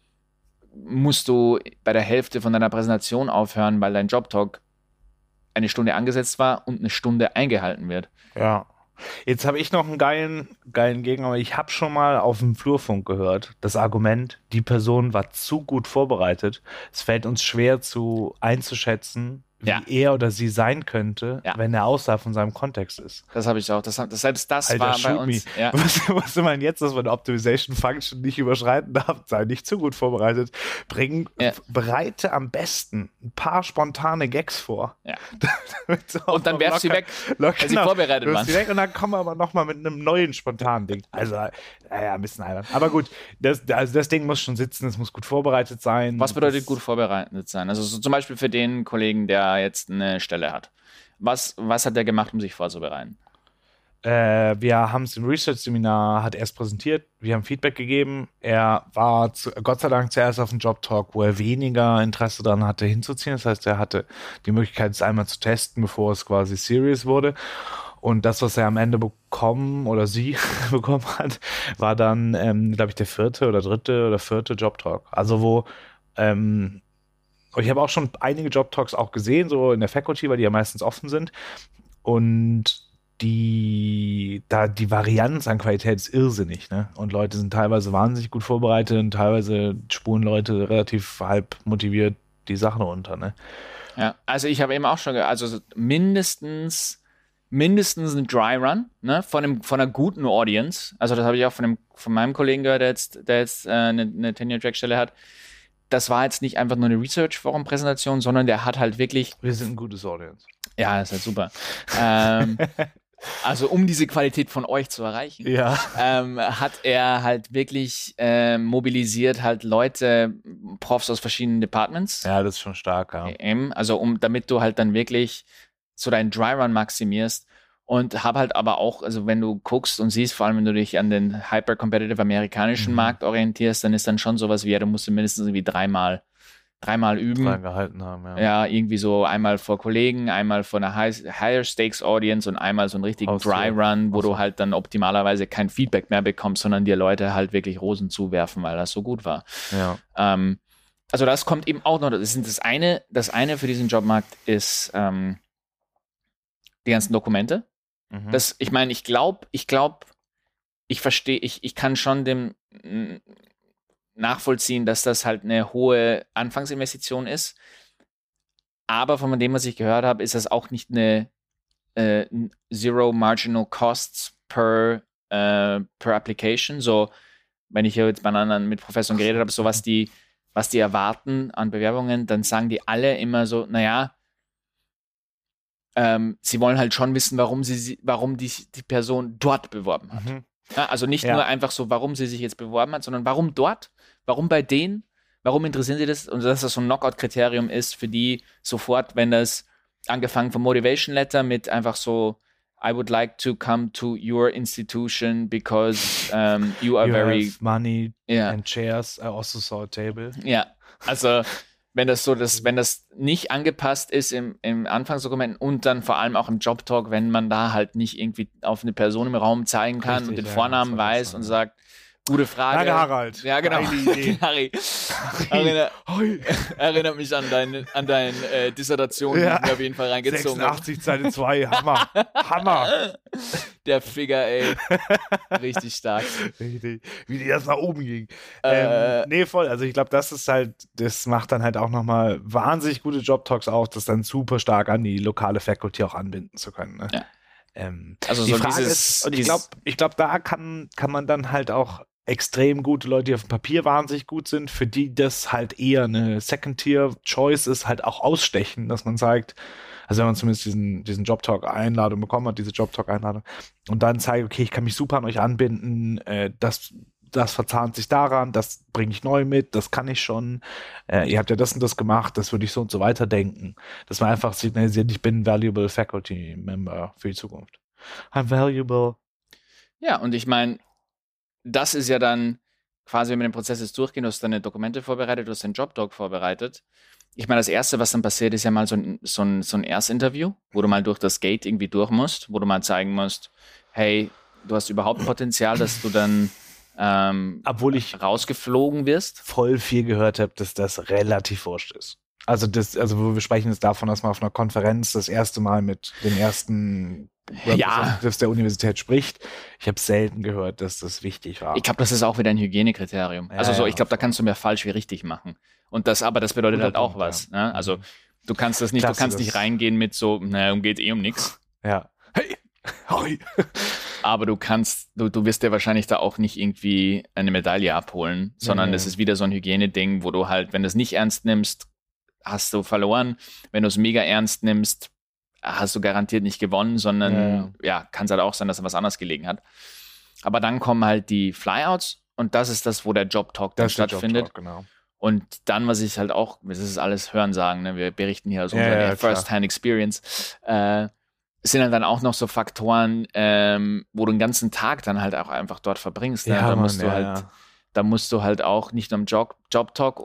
Speaker 1: musst du bei der Hälfte von deiner Präsentation aufhören, weil dein Job-Talk eine Stunde angesetzt war und eine Stunde eingehalten wird.
Speaker 2: Ja. Jetzt habe ich noch einen geilen, geilen Gegner. Ich habe schon mal auf dem Flurfunk gehört, das Argument, die Person war zu gut vorbereitet. Es fällt uns schwer zu einzuschätzen, wie
Speaker 1: Ja.
Speaker 2: er oder sie sein könnte,
Speaker 1: Ja.
Speaker 2: wenn er außerhalb von seinem Kontext ist.
Speaker 1: Das habe ich auch. Das, das, selbst das
Speaker 2: Alter,
Speaker 1: war bei
Speaker 2: shoot
Speaker 1: uns.
Speaker 2: me.
Speaker 1: Ja.
Speaker 2: Was, was du meinst jetzt, dass man Optimization Function nicht überschreiten darf, sei nicht zu gut vorbereitet. Bring,
Speaker 1: Ja.
Speaker 2: bereite am besten ein paar spontane Gags vor.
Speaker 1: Ja.
Speaker 2: Damit sie auch
Speaker 1: Und dann
Speaker 2: noch
Speaker 1: werf sie
Speaker 2: locker-
Speaker 1: weg,
Speaker 2: locker-
Speaker 1: weil sie
Speaker 2: genau,
Speaker 1: vorbereitet
Speaker 2: wirf
Speaker 1: waren.
Speaker 2: sie weg und dann kommen wir aber nochmal mit einem neuen spontanen Ding. Also, naja, ein bisschen albern. Aber gut, das, also das Ding muss schon sitzen, es muss gut vorbereitet sein.
Speaker 1: Was bedeutet
Speaker 2: das,
Speaker 1: gut vorbereitet sein? Also so zum Beispiel für den Kollegen, der jetzt eine Stelle hat. Was, was hat der gemacht, um sich vorzubereiten?
Speaker 2: Äh, wir haben es im Research-Seminar, hat er es präsentiert, wir haben Feedback gegeben. Er war zu, Gott sei Dank zuerst auf dem Job-Talk, wo er weniger Interesse daran hatte, hinzuziehen. Das heißt, er hatte die Möglichkeit, es einmal zu testen, bevor es quasi serious wurde. Und das, was er am Ende bekommen oder sie bekommen hat, war dann, ähm, glaube ich, der vierte oder dritte oder vierte Job-Talk. Also wo ähm, ich habe auch schon einige Job-Talks auch gesehen, so in der Faculty, weil die ja meistens offen sind. Und die, da die Varianz an Qualität ist irrsinnig, ne? Und Leute sind teilweise wahnsinnig gut vorbereitet und teilweise spulen Leute relativ halb motiviert die Sachen runter, ne?
Speaker 1: Ja, also ich habe eben auch schon, ge- also so mindestens, mindestens ein Dry Run, ne, von, einem, von einer guten Audience. Also das habe ich auch von, einem, von meinem Kollegen gehört, der jetzt, der jetzt äh, eine, eine Tenure-Track-Stelle hat. Das war jetzt nicht einfach nur eine Research-Forum-Präsentation, sondern der hat halt wirklich,
Speaker 2: Wir sind ein gutes Audience.
Speaker 1: ja, das ist halt super. ähm, also um diese Qualität von euch zu erreichen,
Speaker 2: Ja.
Speaker 1: ähm, hat er halt wirklich ähm, mobilisiert halt Leute, Profs aus verschiedenen Departments.
Speaker 2: Ja, das ist schon stark, ja.
Speaker 1: Eben, also um, damit du halt dann wirklich so deinen Dry Run maximierst. Und habe halt aber auch, also wenn du guckst und siehst, vor allem wenn du dich an den hyper-competitive amerikanischen mhm. Markt orientierst, dann ist dann schon sowas wie, ja, du musst mindestens irgendwie dreimal, dreimal üben.
Speaker 2: Dran gehalten haben, ja.
Speaker 1: Ja, irgendwie so einmal vor Kollegen, einmal vor einer Higher-Stakes-Audience und einmal so einen richtigen Dry-Run, wo Ausland. Du halt dann optimalerweise kein Feedback mehr bekommst, sondern dir Leute halt wirklich Rosen zuwerfen, weil das so gut war.
Speaker 2: Ja.
Speaker 1: Ähm, also das kommt eben auch noch, das ist das eine, das eine für diesen Jobmarkt ist ähm, die ganzen Dokumente. Mhm. Das, ich meine, ich glaube, ich glaube, ich verstehe, ich, ich kann schon dem m, nachvollziehen, dass das halt eine hohe Anfangsinvestition ist. Aber von dem, was ich gehört habe, ist das auch nicht eine äh, Zero Marginal Costs per, äh, per Application. So, wenn ich jetzt bei anderen mit Professoren geredet habe, so was die, was die erwarten an Bewerbungen, dann sagen die alle immer so, naja, Ähm, sie wollen halt schon wissen, warum sie, warum die, die Person dort beworben hat. Mhm. Ja, also nicht ja. nur einfach so, warum sie sich jetzt beworben hat, sondern warum dort, warum bei denen, warum interessieren sie das? Und dass das so ein Knockout-Kriterium ist für die sofort, wenn das angefangen vom Motivation Letter mit einfach so, I would like to come to your institution because um, you are
Speaker 2: you
Speaker 1: very
Speaker 2: have money
Speaker 1: yeah.
Speaker 2: and chairs. I also saw a table.
Speaker 1: Ja, also wenn das so, dass, wenn das nicht angepasst ist im, im Anfangsdokument und dann vor allem auch im Jobtalk, wenn man da halt nicht irgendwie auf eine Person im Raum zeigen kann Richtig, und den ja, Vornamen weiß und sagt, gute Frage.
Speaker 2: Danke, Harald.
Speaker 1: Ja, genau. Harry. Erinnert, erinnert mich an deine, an deine äh, Dissertation,
Speaker 2: ja.
Speaker 1: die ich mir auf jeden Fall reingezogen habe.
Speaker 2: sechsundachtzig Zeile zwei, Hammer. Hammer.
Speaker 1: Der Figur, ey. Richtig stark.
Speaker 2: Richtig. Wie die das nach oben ging.
Speaker 1: Äh,
Speaker 2: ähm, nee, voll. Also ich glaube, das ist halt, das macht dann halt auch nochmal wahnsinnig gute Job-Talks auf, das dann super stark an die lokale Faculty auch anbinden zu können. Ne?
Speaker 1: Ja.
Speaker 2: Ähm,
Speaker 1: also
Speaker 2: die
Speaker 1: so
Speaker 2: Frage
Speaker 1: dieses,
Speaker 2: ist, und ich glaube, ich glaube, da kann, kann man dann halt auch extrem gute Leute, die auf dem Papier wahnsinnig gut sind, für die das halt eher eine Second-Tier-Choice ist, halt auch ausstechen, dass man sagt, also wenn man zumindest diesen, diesen Job-Talk-Einladung bekommen hat, diese Job-Talk-Einladung, und dann zeigt, okay, ich kann mich super an euch anbinden, äh, das, das verzahnt sich daran, das bringe ich neu mit, das kann ich schon, äh, ihr habt ja das und das gemacht, das würde ich so und so weiterdenken, dass man einfach signalisiert, ich bin ein valuable Faculty-Member für die Zukunft. I'm valuable.
Speaker 1: Ja, und ich meine, das ist ja dann quasi, wenn wir den Prozess jetzt durchgehen, du hast deine Dokumente vorbereitet, du hast den Jobtalk vorbereitet. Ich meine, das Erste, was dann passiert, ist ja mal so ein, so ein, so ein Erstinterview, wo du mal durch das Gate irgendwie durch musst, wo du mal zeigen musst, hey, du hast überhaupt Potenzial, dass du dann ähm,
Speaker 2: obwohl ich
Speaker 1: rausgeflogen wirst.
Speaker 2: Voll viel gehört habe, dass das relativ wurscht ist. Also das, also wir sprechen jetzt davon, dass man auf einer Konferenz das erste Mal mit den ersten
Speaker 1: ja.
Speaker 2: der Universität spricht. Ich habe selten gehört, dass das wichtig war.
Speaker 1: Ich glaube, das ist auch wieder ein Hygienekriterium. Ja, also so, ich glaube, da kannst du mehr falsch wie richtig machen. Und das, aber das bedeutet halt auch Punkt, was. Ja. Ne? Also du kannst das nicht, Klasse, du kannst nicht reingehen mit so, naja, um geht eh um nichts.
Speaker 2: Ja. Hey, hoi.
Speaker 1: Aber du kannst, du, du wirst dir wahrscheinlich da auch nicht irgendwie eine Medaille abholen, sondern nee. Das ist wieder so ein Hygieneding, wo du halt, wenn du es nicht ernst nimmst, hast du verloren. Wenn du es mega ernst nimmst, hast du garantiert nicht gewonnen, sondern ja, ja kann es halt auch sein, dass er was anderes gelegen hat. Aber dann kommen halt die Flyouts und das ist das, wo der Job-Talk dann stattfindet.
Speaker 2: Job-Talk, genau.
Speaker 1: Und dann, was ich halt auch, das ist alles Hörensagen, ne? Wir berichten hier aus
Speaker 2: ja,
Speaker 1: unserer
Speaker 2: ja,
Speaker 1: First-Hand-Experience, äh, es sind halt dann auch noch so Faktoren, ähm, wo du den ganzen Tag dann halt auch einfach dort verbringst. Ne?
Speaker 2: Ja,
Speaker 1: da
Speaker 2: Mann,
Speaker 1: musst du
Speaker 2: ja,
Speaker 1: halt,
Speaker 2: ja.
Speaker 1: da musst du halt auch nicht nur im Job, Job-Talk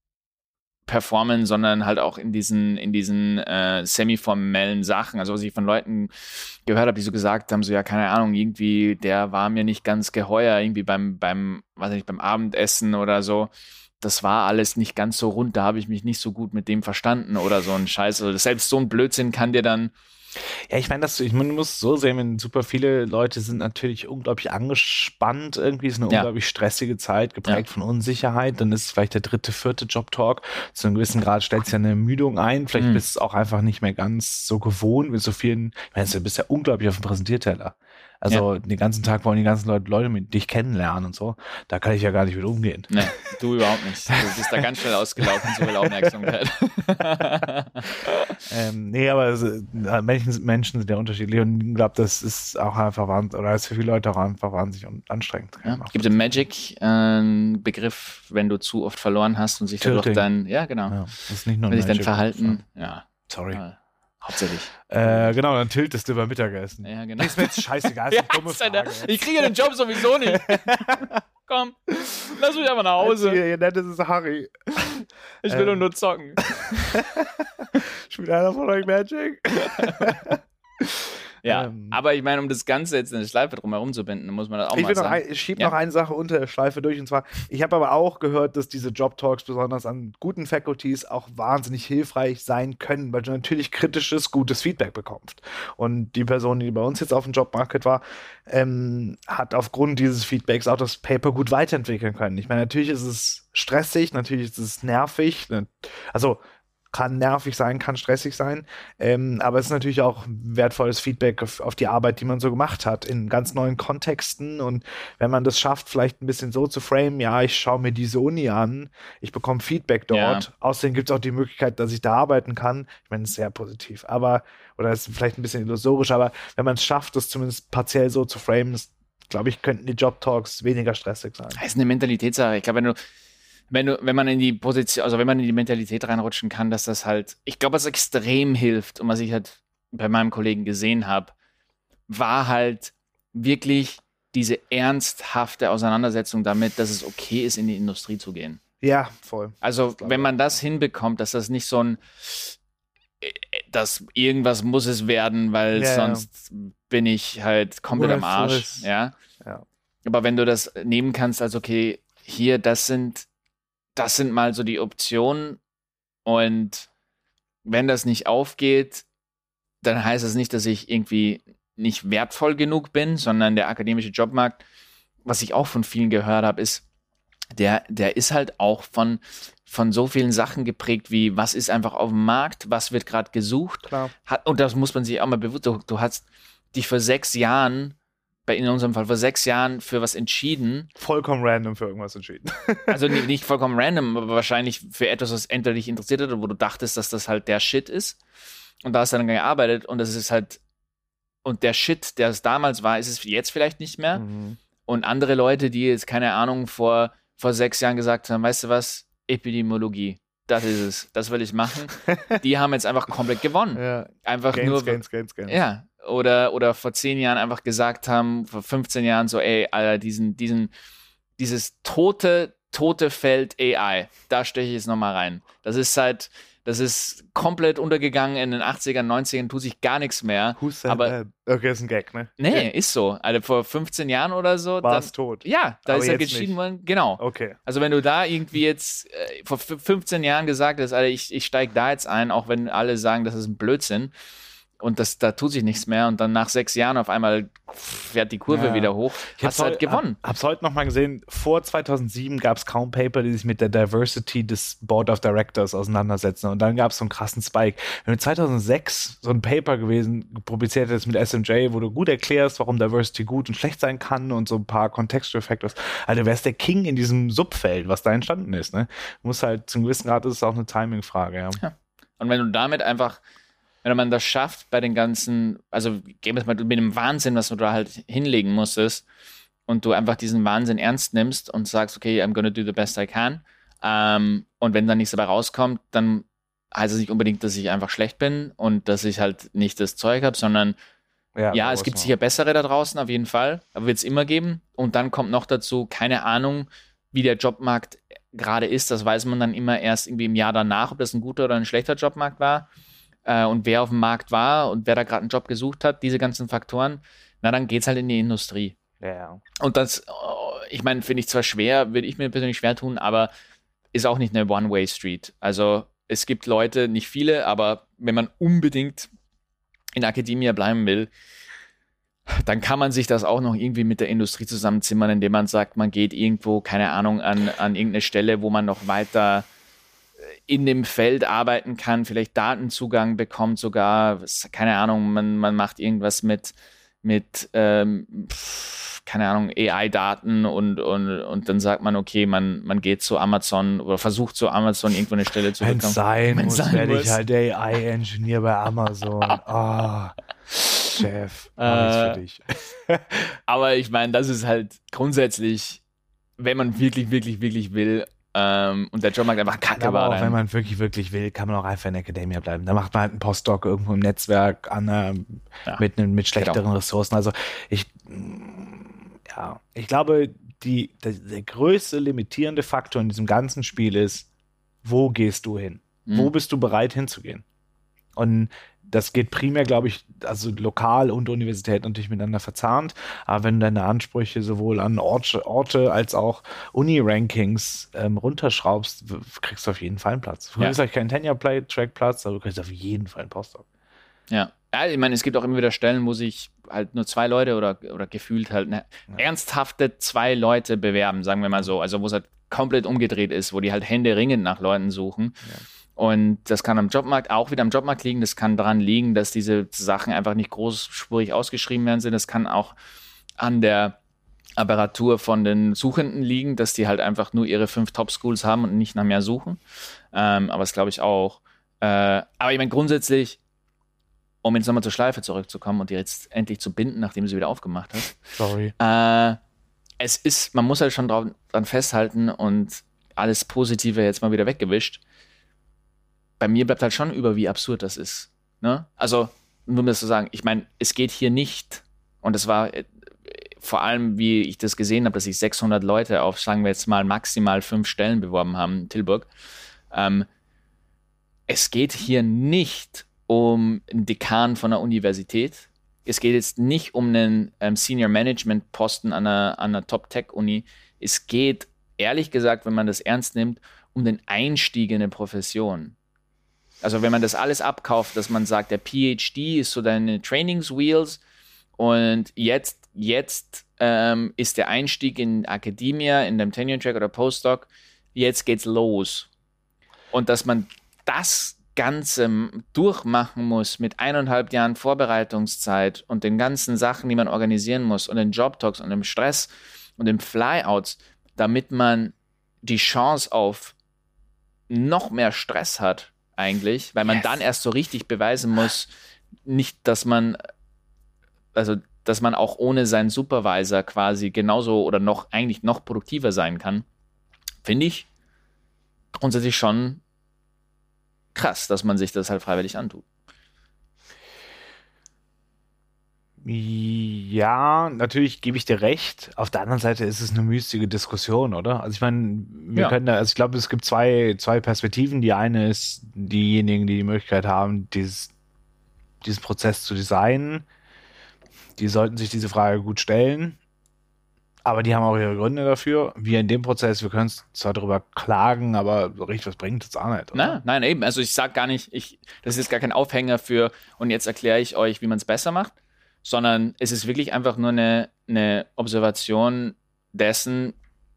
Speaker 1: performen, sondern halt auch in diesen, in diesen äh, semi-formellen Sachen. Also was ich von Leuten gehört habe, die so gesagt haben, so ja, keine Ahnung, irgendwie, der war mir nicht ganz geheuer, irgendwie beim, beim, weiß nicht, beim Abendessen oder so. Das war alles nicht ganz so rund, da habe ich mich nicht so gut mit dem verstanden oder so ein Scheiß. Also selbst so ein Blödsinn kann dir dann
Speaker 2: Ja, ich meine, das, ich meine, du musst so sehen, wenn super viele Leute sind natürlich unglaublich angespannt, irgendwie ist eine
Speaker 1: Ja.
Speaker 2: unglaublich stressige Zeit, geprägt
Speaker 1: Ja.
Speaker 2: von Unsicherheit, dann ist es vielleicht der dritte, vierte Job-Talk, zu einem gewissen Grad stellt sich ja eine Ermüdung ein, vielleicht
Speaker 1: Mhm.
Speaker 2: bist du auch einfach nicht mehr ganz so gewohnt mit so vielen, ich meine, du bist ja unglaublich auf dem Präsentierteller. Also den ganzen Tag wollen die ganzen Leute, Leute mit dich kennenlernen und so. Da kann ich ja gar nicht mit umgehen.
Speaker 1: Nee, du überhaupt nicht. Du bist da ganz schnell ausgelaufen, so viel Aufmerksamkeit.
Speaker 2: ähm, nee, aber es, äh, Menschen, Menschen sind ja unterschiedlich und ich glaube, das ist auch einfach wahnsinnig, oder ist für viele Leute auch einfach wahnsinnig und anstrengend.
Speaker 1: Ja, es gibt im Magic äh, einen Begriff, wenn du zu oft verloren hast und sich dadurch
Speaker 2: Tilting.
Speaker 1: dein, ja genau,
Speaker 2: Ja, das ist nicht nur
Speaker 1: wenn sich dein
Speaker 2: Magic,
Speaker 1: Verhalten, ja.
Speaker 2: Sorry.
Speaker 1: Äh, Hauptsächlich.
Speaker 2: Äh, genau, dann tiltest du beim Mittagessen.
Speaker 1: Ja, genau.
Speaker 2: Ist mir jetzt scheißegal, ist eine dumme Frage.
Speaker 1: Ich kriege den Job sowieso nicht. Komm, lass mich einfach nach Hause.
Speaker 2: Ihr, ihr nennt es Harry.
Speaker 1: Ich will ähm. doch nur zocken.
Speaker 2: Spielt einer von euch Magic?
Speaker 1: Ja,
Speaker 2: ähm.
Speaker 1: aber ich meine, um das Ganze jetzt in der Schleife drumherum zu binden, muss man das auch
Speaker 2: ich
Speaker 1: mal sagen.
Speaker 2: Noch ein, ich schiebe ja. noch eine Sache unter der Schleife durch, und zwar, ich habe aber auch gehört, dass diese Job-Talks besonders an guten Faculties auch wahnsinnig hilfreich sein können, weil du natürlich kritisches, gutes Feedback bekommst. Und die Person, die bei uns jetzt auf dem Jobmarket war, ähm, hat aufgrund dieses Feedbacks auch das Paper gut weiterentwickeln können. Ich meine, natürlich ist es stressig, natürlich ist es nervig, ne? Also kann nervig sein, kann stressig sein, ähm, aber es ist natürlich auch wertvolles Feedback auf, auf die Arbeit, die man so gemacht hat, in ganz neuen Kontexten, und wenn man das schafft, vielleicht ein bisschen so zu framen, ja, ich schaue mir diese Uni an, ich bekomme Feedback dort, ja. Außerdem gibt es auch die Möglichkeit, dass ich da arbeiten kann, ich meine, das ist sehr positiv, aber, oder das ist vielleicht ein bisschen illusorisch, aber wenn man es schafft, das zumindest partiell so zu framen, glaube ich, könnten die Job-Talks weniger stressig sein.
Speaker 1: Das ist eine Mentalitätssache, ich glaube, wenn du Wenn du, wenn man in die Position, also wenn man in die Mentalität reinrutschen kann, dass das halt, ich glaube, was extrem hilft und was ich halt bei meinem Kollegen gesehen habe, war halt wirklich diese ernsthafte Auseinandersetzung damit, dass es okay ist, in die Industrie zu gehen.
Speaker 2: Ja, voll.
Speaker 1: Also wenn man das hinbekommt, dass das nicht so ein, dass irgendwas muss es werden, weil ja, sonst ja. bin ich halt komplett am Arsch. Ja?
Speaker 2: Ja.
Speaker 1: Aber wenn du das nehmen kannst, als okay, hier, das sind Das sind mal so die Optionen, und wenn das nicht aufgeht, dann heißt das nicht, dass ich irgendwie nicht wertvoll genug bin, sondern der akademische Jobmarkt, was ich auch von vielen gehört habe, ist, der, der ist halt auch von, von so vielen Sachen geprägt, wie was ist einfach auf dem Markt, was wird gerade gesucht.
Speaker 2: Klar.
Speaker 1: Hat, und das muss man sich auch mal bewusst, du, du hast dich vor sechs Jahren bei in unserem Fall vor sechs Jahren für was entschieden.
Speaker 2: Vollkommen random für irgendwas entschieden.
Speaker 1: Also nicht, nicht vollkommen random, aber wahrscheinlich für etwas, was entweder dich interessiert hat, oder wo du dachtest, dass das halt der Shit ist. Und da hast du dann gearbeitet, und das ist halt, und der Shit, der es damals war, ist es jetzt vielleicht nicht mehr.
Speaker 2: Mhm.
Speaker 1: Und andere Leute, die jetzt, keine Ahnung, vor, vor sechs Jahren gesagt haben, weißt du was, Epidemiologie, das ist es, das will ich machen, die haben jetzt einfach komplett gewonnen.
Speaker 2: Ja.
Speaker 1: Einfach
Speaker 2: Gains,
Speaker 1: nur.
Speaker 2: Gains, Gains, Gains.
Speaker 1: Ja. Oder, oder vor zehn Jahren einfach gesagt haben, vor fünfzehn Jahren so, ey, Alter, diesen, diesen, dieses tote, tote Feld A I, da steche ich jetzt nochmal rein. Das ist halt, das ist komplett untergegangen in den achtzigern, neunzigern, tut sich gar nichts mehr.
Speaker 2: Who's that
Speaker 1: aber
Speaker 2: bad? Okay, ist ein Gag, ne?
Speaker 1: Nee, ist so. Also vor fünfzehn Jahren oder so.
Speaker 2: War es tot.
Speaker 1: Ja, da
Speaker 2: aber
Speaker 1: ist er geschieden worden. Genau.
Speaker 2: Okay.
Speaker 1: Also wenn du da irgendwie jetzt äh, vor fünfzehn Jahren gesagt hast, Alter, ich, ich steige da jetzt ein, auch wenn alle sagen, das ist ein Blödsinn, und das, da tut sich nichts mehr, und dann nach sechs Jahren auf einmal fährt die Kurve
Speaker 2: ja.
Speaker 1: wieder hoch.
Speaker 2: Ich
Speaker 1: hast halt gewonnen.
Speaker 2: Hab, hab's heute nochmal gesehen, vor zweitausendsieben gab es kaum Paper, die sich mit der Diversity des Board of Directors auseinandersetzen, und dann gab es so einen krassen Spike. Wenn du zweitausendsechs so ein Paper gewesen, publiziert hättest mit S M J, wo du gut erklärst, warum Diversity gut und schlecht sein kann und so ein paar Contextual Factors, also wärst der King in diesem Subfeld, was da entstanden ist. Ne? Du musst halt, zum gewissen Grad ist es auch eine Timing-Frage. Ja.
Speaker 1: Ja. Und wenn du damit einfach Wenn man das schafft bei den ganzen, also gehen wir es mal mit dem Wahnsinn, was du da halt hinlegen musstest, und du einfach diesen Wahnsinn ernst nimmst und sagst, okay, I'm gonna do the best I can. Ähm, und wenn dann nichts dabei rauskommt, dann heißt es nicht unbedingt, dass ich einfach schlecht bin und dass ich halt nicht das Zeug habe, sondern ja, ja es gibt sicher bessere da draußen, auf jeden Fall, aber wird es immer geben. Und dann kommt noch dazu, keine Ahnung, wie der Jobmarkt gerade ist. Das weiß man dann immer erst irgendwie im Jahr danach, ob das ein guter oder ein schlechter Jobmarkt war. Und wer auf dem Markt war und wer da gerade einen Job gesucht hat, diese ganzen Faktoren, na, dann geht's halt in die Industrie.
Speaker 2: Ja.
Speaker 1: Und das, ich meine, finde ich zwar schwer, würde ich mir persönlich schwer tun, aber ist auch nicht eine One-Way-Street. Also es gibt Leute, nicht viele, aber wenn man unbedingt in der Akademie bleiben will, dann kann man sich das auch noch irgendwie mit der Industrie zusammenzimmern, indem man sagt, man geht irgendwo, keine Ahnung, an, an irgendeine Stelle, wo man noch weiter in dem Feld arbeiten kann, vielleicht Datenzugang bekommt sogar, keine Ahnung, man, man macht irgendwas mit, mit ähm, pf, keine Ahnung, A I-Daten und, und, und dann sagt man, okay, man, man geht zu Amazon oder versucht zu Amazon irgendwo eine Stelle zu bekommen.
Speaker 2: Wenn es sein muss, werde ich halt A I-Engineer bei Amazon. Ah, oh, Chef, mach ich's für dich.
Speaker 1: Aber ich meine, das ist halt grundsätzlich, wenn man wirklich, wirklich, wirklich will, ähm, und der Jobmarkt einfach kacke
Speaker 2: aber
Speaker 1: war.
Speaker 2: auch,
Speaker 1: Dann.
Speaker 2: wenn man wirklich, wirklich will, kann man auch einfach in der Academia bleiben. Da macht man halt einen Postdoc irgendwo im Netzwerk an einer,
Speaker 1: Ja,
Speaker 2: mit, einem, mit schlechteren
Speaker 1: genau.
Speaker 2: Ressourcen. Also ich, ja, ich glaube, die, der, der größte limitierende Faktor in diesem ganzen Spiel ist, wo gehst du hin?
Speaker 1: Mhm.
Speaker 2: Wo bist du bereit hinzugehen? Und das geht primär, glaube ich, also lokal und Universität natürlich miteinander verzahnt. Aber wenn du deine Ansprüche sowohl an Orte, Orte als auch Uni-Rankings ähm, runterschraubst, w- kriegst du auf jeden Fall einen Platz. Du
Speaker 1: Ja.
Speaker 2: kriegst vielleicht keinen Tenure-Track-Platz, aber du kriegst auf jeden Fall einen Postdoc.
Speaker 1: Ja. Ja, ich meine, es gibt auch immer wieder Stellen, wo sich halt nur zwei Leute oder, oder gefühlt halt ne,
Speaker 2: Ja.
Speaker 1: ernsthafte zwei Leute bewerben, sagen wir mal so. Also wo es halt komplett umgedreht ist, wo die halt händeringend nach Leuten suchen.
Speaker 2: Ja.
Speaker 1: Und das kann am Jobmarkt, auch wieder am Jobmarkt liegen. Das kann daran liegen, dass diese Sachen einfach nicht großspurig ausgeschrieben werden sind. Das kann auch an der Apparatur von den Suchenden liegen, dass die halt einfach nur ihre fünf Top-Schools haben und nicht nach mehr suchen. Ähm, aber das glaube ich auch. Äh, aber ich meine, grundsätzlich, um jetzt nochmal zur Schleife zurückzukommen und die jetzt endlich zu binden, nachdem sie wieder aufgemacht hat.
Speaker 2: Sorry.
Speaker 1: Äh, es ist, man muss halt schon drauf, dran festhalten und alles Positive jetzt mal wieder weggewischt. Bei mir bleibt halt schon über, wie absurd das ist. Ne? Also, nur um das zu sagen, ich meine, es geht hier nicht, und es war äh, vor allem, wie ich das gesehen habe, dass sich sechshundert Leute auf, sagen wir jetzt mal, maximal fünf Stellen beworben haben in Tilburg. Ähm, es geht hier nicht um einen Dekan von einer Universität. Es geht jetzt nicht um einen ähm, Senior Management Posten an einer, an einer Top-Tech-Uni. Es geht, ehrlich gesagt, wenn man das ernst nimmt, um den Einstieg in eine Profession. Also wenn man das alles abkauft, dass man sagt, der P H D ist so deine Trainingswheels und jetzt, jetzt ähm, ist der Einstieg in Academia, in dem Tenure-Track oder Postdoc, jetzt geht's los. Und dass man das Ganze durchmachen muss mit eineinhalb Jahren Vorbereitungszeit und den ganzen Sachen, die man organisieren muss und den Job-Talks und dem Stress und den Flyouts, damit man die Chance auf noch mehr Stress hat, eigentlich, weil man
Speaker 2: Yes.
Speaker 1: dann erst so richtig beweisen muss, nicht, dass man, also, dass man auch ohne seinen Supervisor quasi genauso oder noch, eigentlich noch produktiver sein kann, finde ich grundsätzlich schon krass, dass man sich das halt freiwillig antut.
Speaker 2: Ja, natürlich gebe ich dir recht. Auf der anderen Seite ist es eine müßige Diskussion, oder? Also ich meine, wir
Speaker 1: Ja.
Speaker 2: können da, also ich glaube, es gibt zwei, zwei Perspektiven. Die eine ist diejenigen, die die Möglichkeit haben, dieses, diesen Prozess zu designen. Die sollten sich diese Frage gut stellen. Aber die haben auch ihre Gründe dafür. Wir in dem Prozess, wir können zwar darüber klagen, aber so richtig was bringt es auch nicht, oder?
Speaker 1: Na, nein, eben. Also ich sage gar nicht, ich, das ist jetzt gar kein Aufhänger für, und jetzt erkläre ich euch, wie man es besser macht, sondern es ist wirklich einfach nur eine, eine Observation dessen,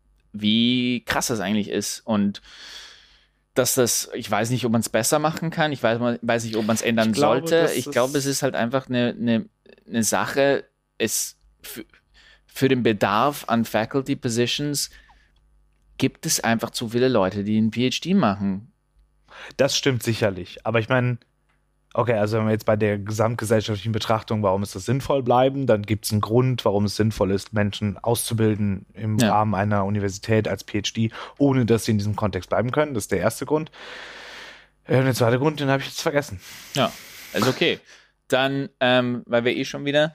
Speaker 1: wie krass das eigentlich ist. Und dass das, ich weiß nicht, ob man es besser machen kann, ich weiß, weiß nicht, ob man es ändern
Speaker 2: Ich glaube,
Speaker 1: sollte.
Speaker 2: das
Speaker 1: Ich
Speaker 2: ist-
Speaker 1: glaube, es ist halt einfach eine, eine, eine Sache, es für, für den Bedarf an Faculty Positions gibt es einfach zu viele Leute, die einen P H D machen.
Speaker 2: Das stimmt sicherlich. Aber ich meine, okay, also wenn wir jetzt bei der gesamtgesellschaftlichen Betrachtung, warum ist das sinnvoll bleiben, dann gibt es einen Grund, warum es sinnvoll ist, Menschen auszubilden im
Speaker 1: Ja.
Speaker 2: Rahmen einer Universität als P H D, ohne dass sie in diesem Kontext bleiben können. Das ist der erste Grund. Äh, Und der zweite Grund, den habe ich jetzt vergessen.
Speaker 1: Ja, also okay. Dann, ähm, weil wir eh schon wieder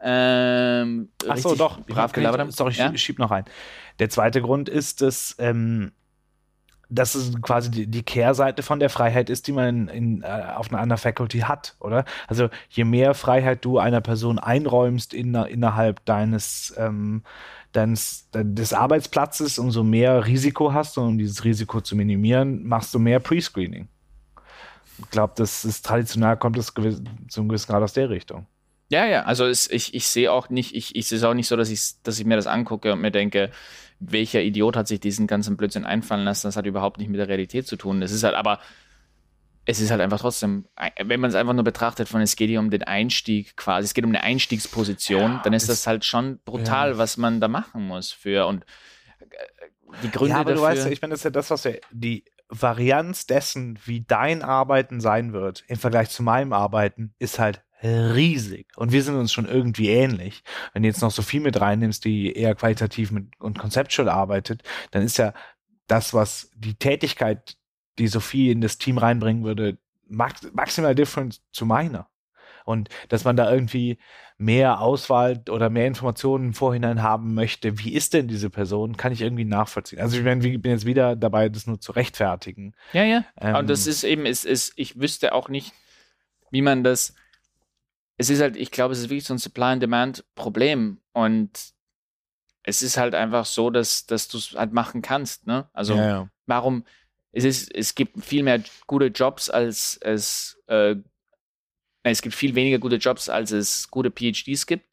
Speaker 1: ähm,
Speaker 2: Ach so,
Speaker 1: richtig
Speaker 2: doch.
Speaker 1: brav gelabert haben.
Speaker 2: Sorry, ich
Speaker 1: Ja?
Speaker 2: schieb- schieb noch rein. Der zweite Grund ist, dass ähm, dass es quasi die, die Kehrseite von der Freiheit ist, die man in, in, äh, auf einer anderen Faculty hat, oder? Also je mehr Freiheit du einer Person einräumst in, innerhalb deines, ähm, deines des Arbeitsplatzes, umso mehr Risiko hast du, um dieses Risiko zu minimieren, machst du mehr Pre-Screening. Ich glaube, das ist traditionell, kommt es gewiss, zu einem gewissen Grad aus der Richtung.
Speaker 1: Ja, ja, also es, ich, ich sehe auch nicht, ich, ich sehe es auch nicht so, dass ich, dass ich mir das angucke und mir denke, welcher Idiot hat sich diesen ganzen Blödsinn einfallen lassen, das hat überhaupt nicht mit der Realität zu tun. Es ist halt aber, es ist halt einfach trotzdem, wenn man es einfach nur betrachtet von, es geht hier um den Einstieg quasi, es geht um eine Einstiegsposition,
Speaker 2: Ja,
Speaker 1: dann ist
Speaker 2: das-
Speaker 1: das halt schon brutal,
Speaker 2: ja.
Speaker 1: was man da machen muss für und äh, die Gründe
Speaker 2: ja, aber
Speaker 1: dafür.
Speaker 2: du weißt ja, ich meine, das ist ja das, was wir, die Varianz dessen, wie dein Arbeiten sein wird, im Vergleich zu meinem Arbeiten, ist halt riesig. Und wir sind uns schon irgendwie ähnlich. Wenn du jetzt noch so viel mit reinnimmst, die eher qualitativ mit und conceptual arbeitet, dann ist ja das, was die Tätigkeit, die Sophie in das Team reinbringen würde, max- maximal different zu meiner. Und dass man da irgendwie mehr Auswahl oder mehr Informationen im Vorhinein haben möchte, wie ist denn diese Person, kann ich irgendwie nachvollziehen. Also ich bin, ich bin jetzt wieder dabei, das nur zu rechtfertigen.
Speaker 1: Ja, ja.
Speaker 2: Ähm,
Speaker 1: Und das ist eben, es ist, ich wüsste auch nicht, wie man das, es ist halt, ich glaube, es ist wirklich so ein Supply-and-Demand-Problem. Und es ist halt einfach so, dass, dass du es halt machen kannst, ne? Also
Speaker 2: ja, ja.
Speaker 1: warum, es ist, es gibt viel mehr gute Jobs als es, äh, es gibt viel weniger gute Jobs, als es gute P H Ds gibt.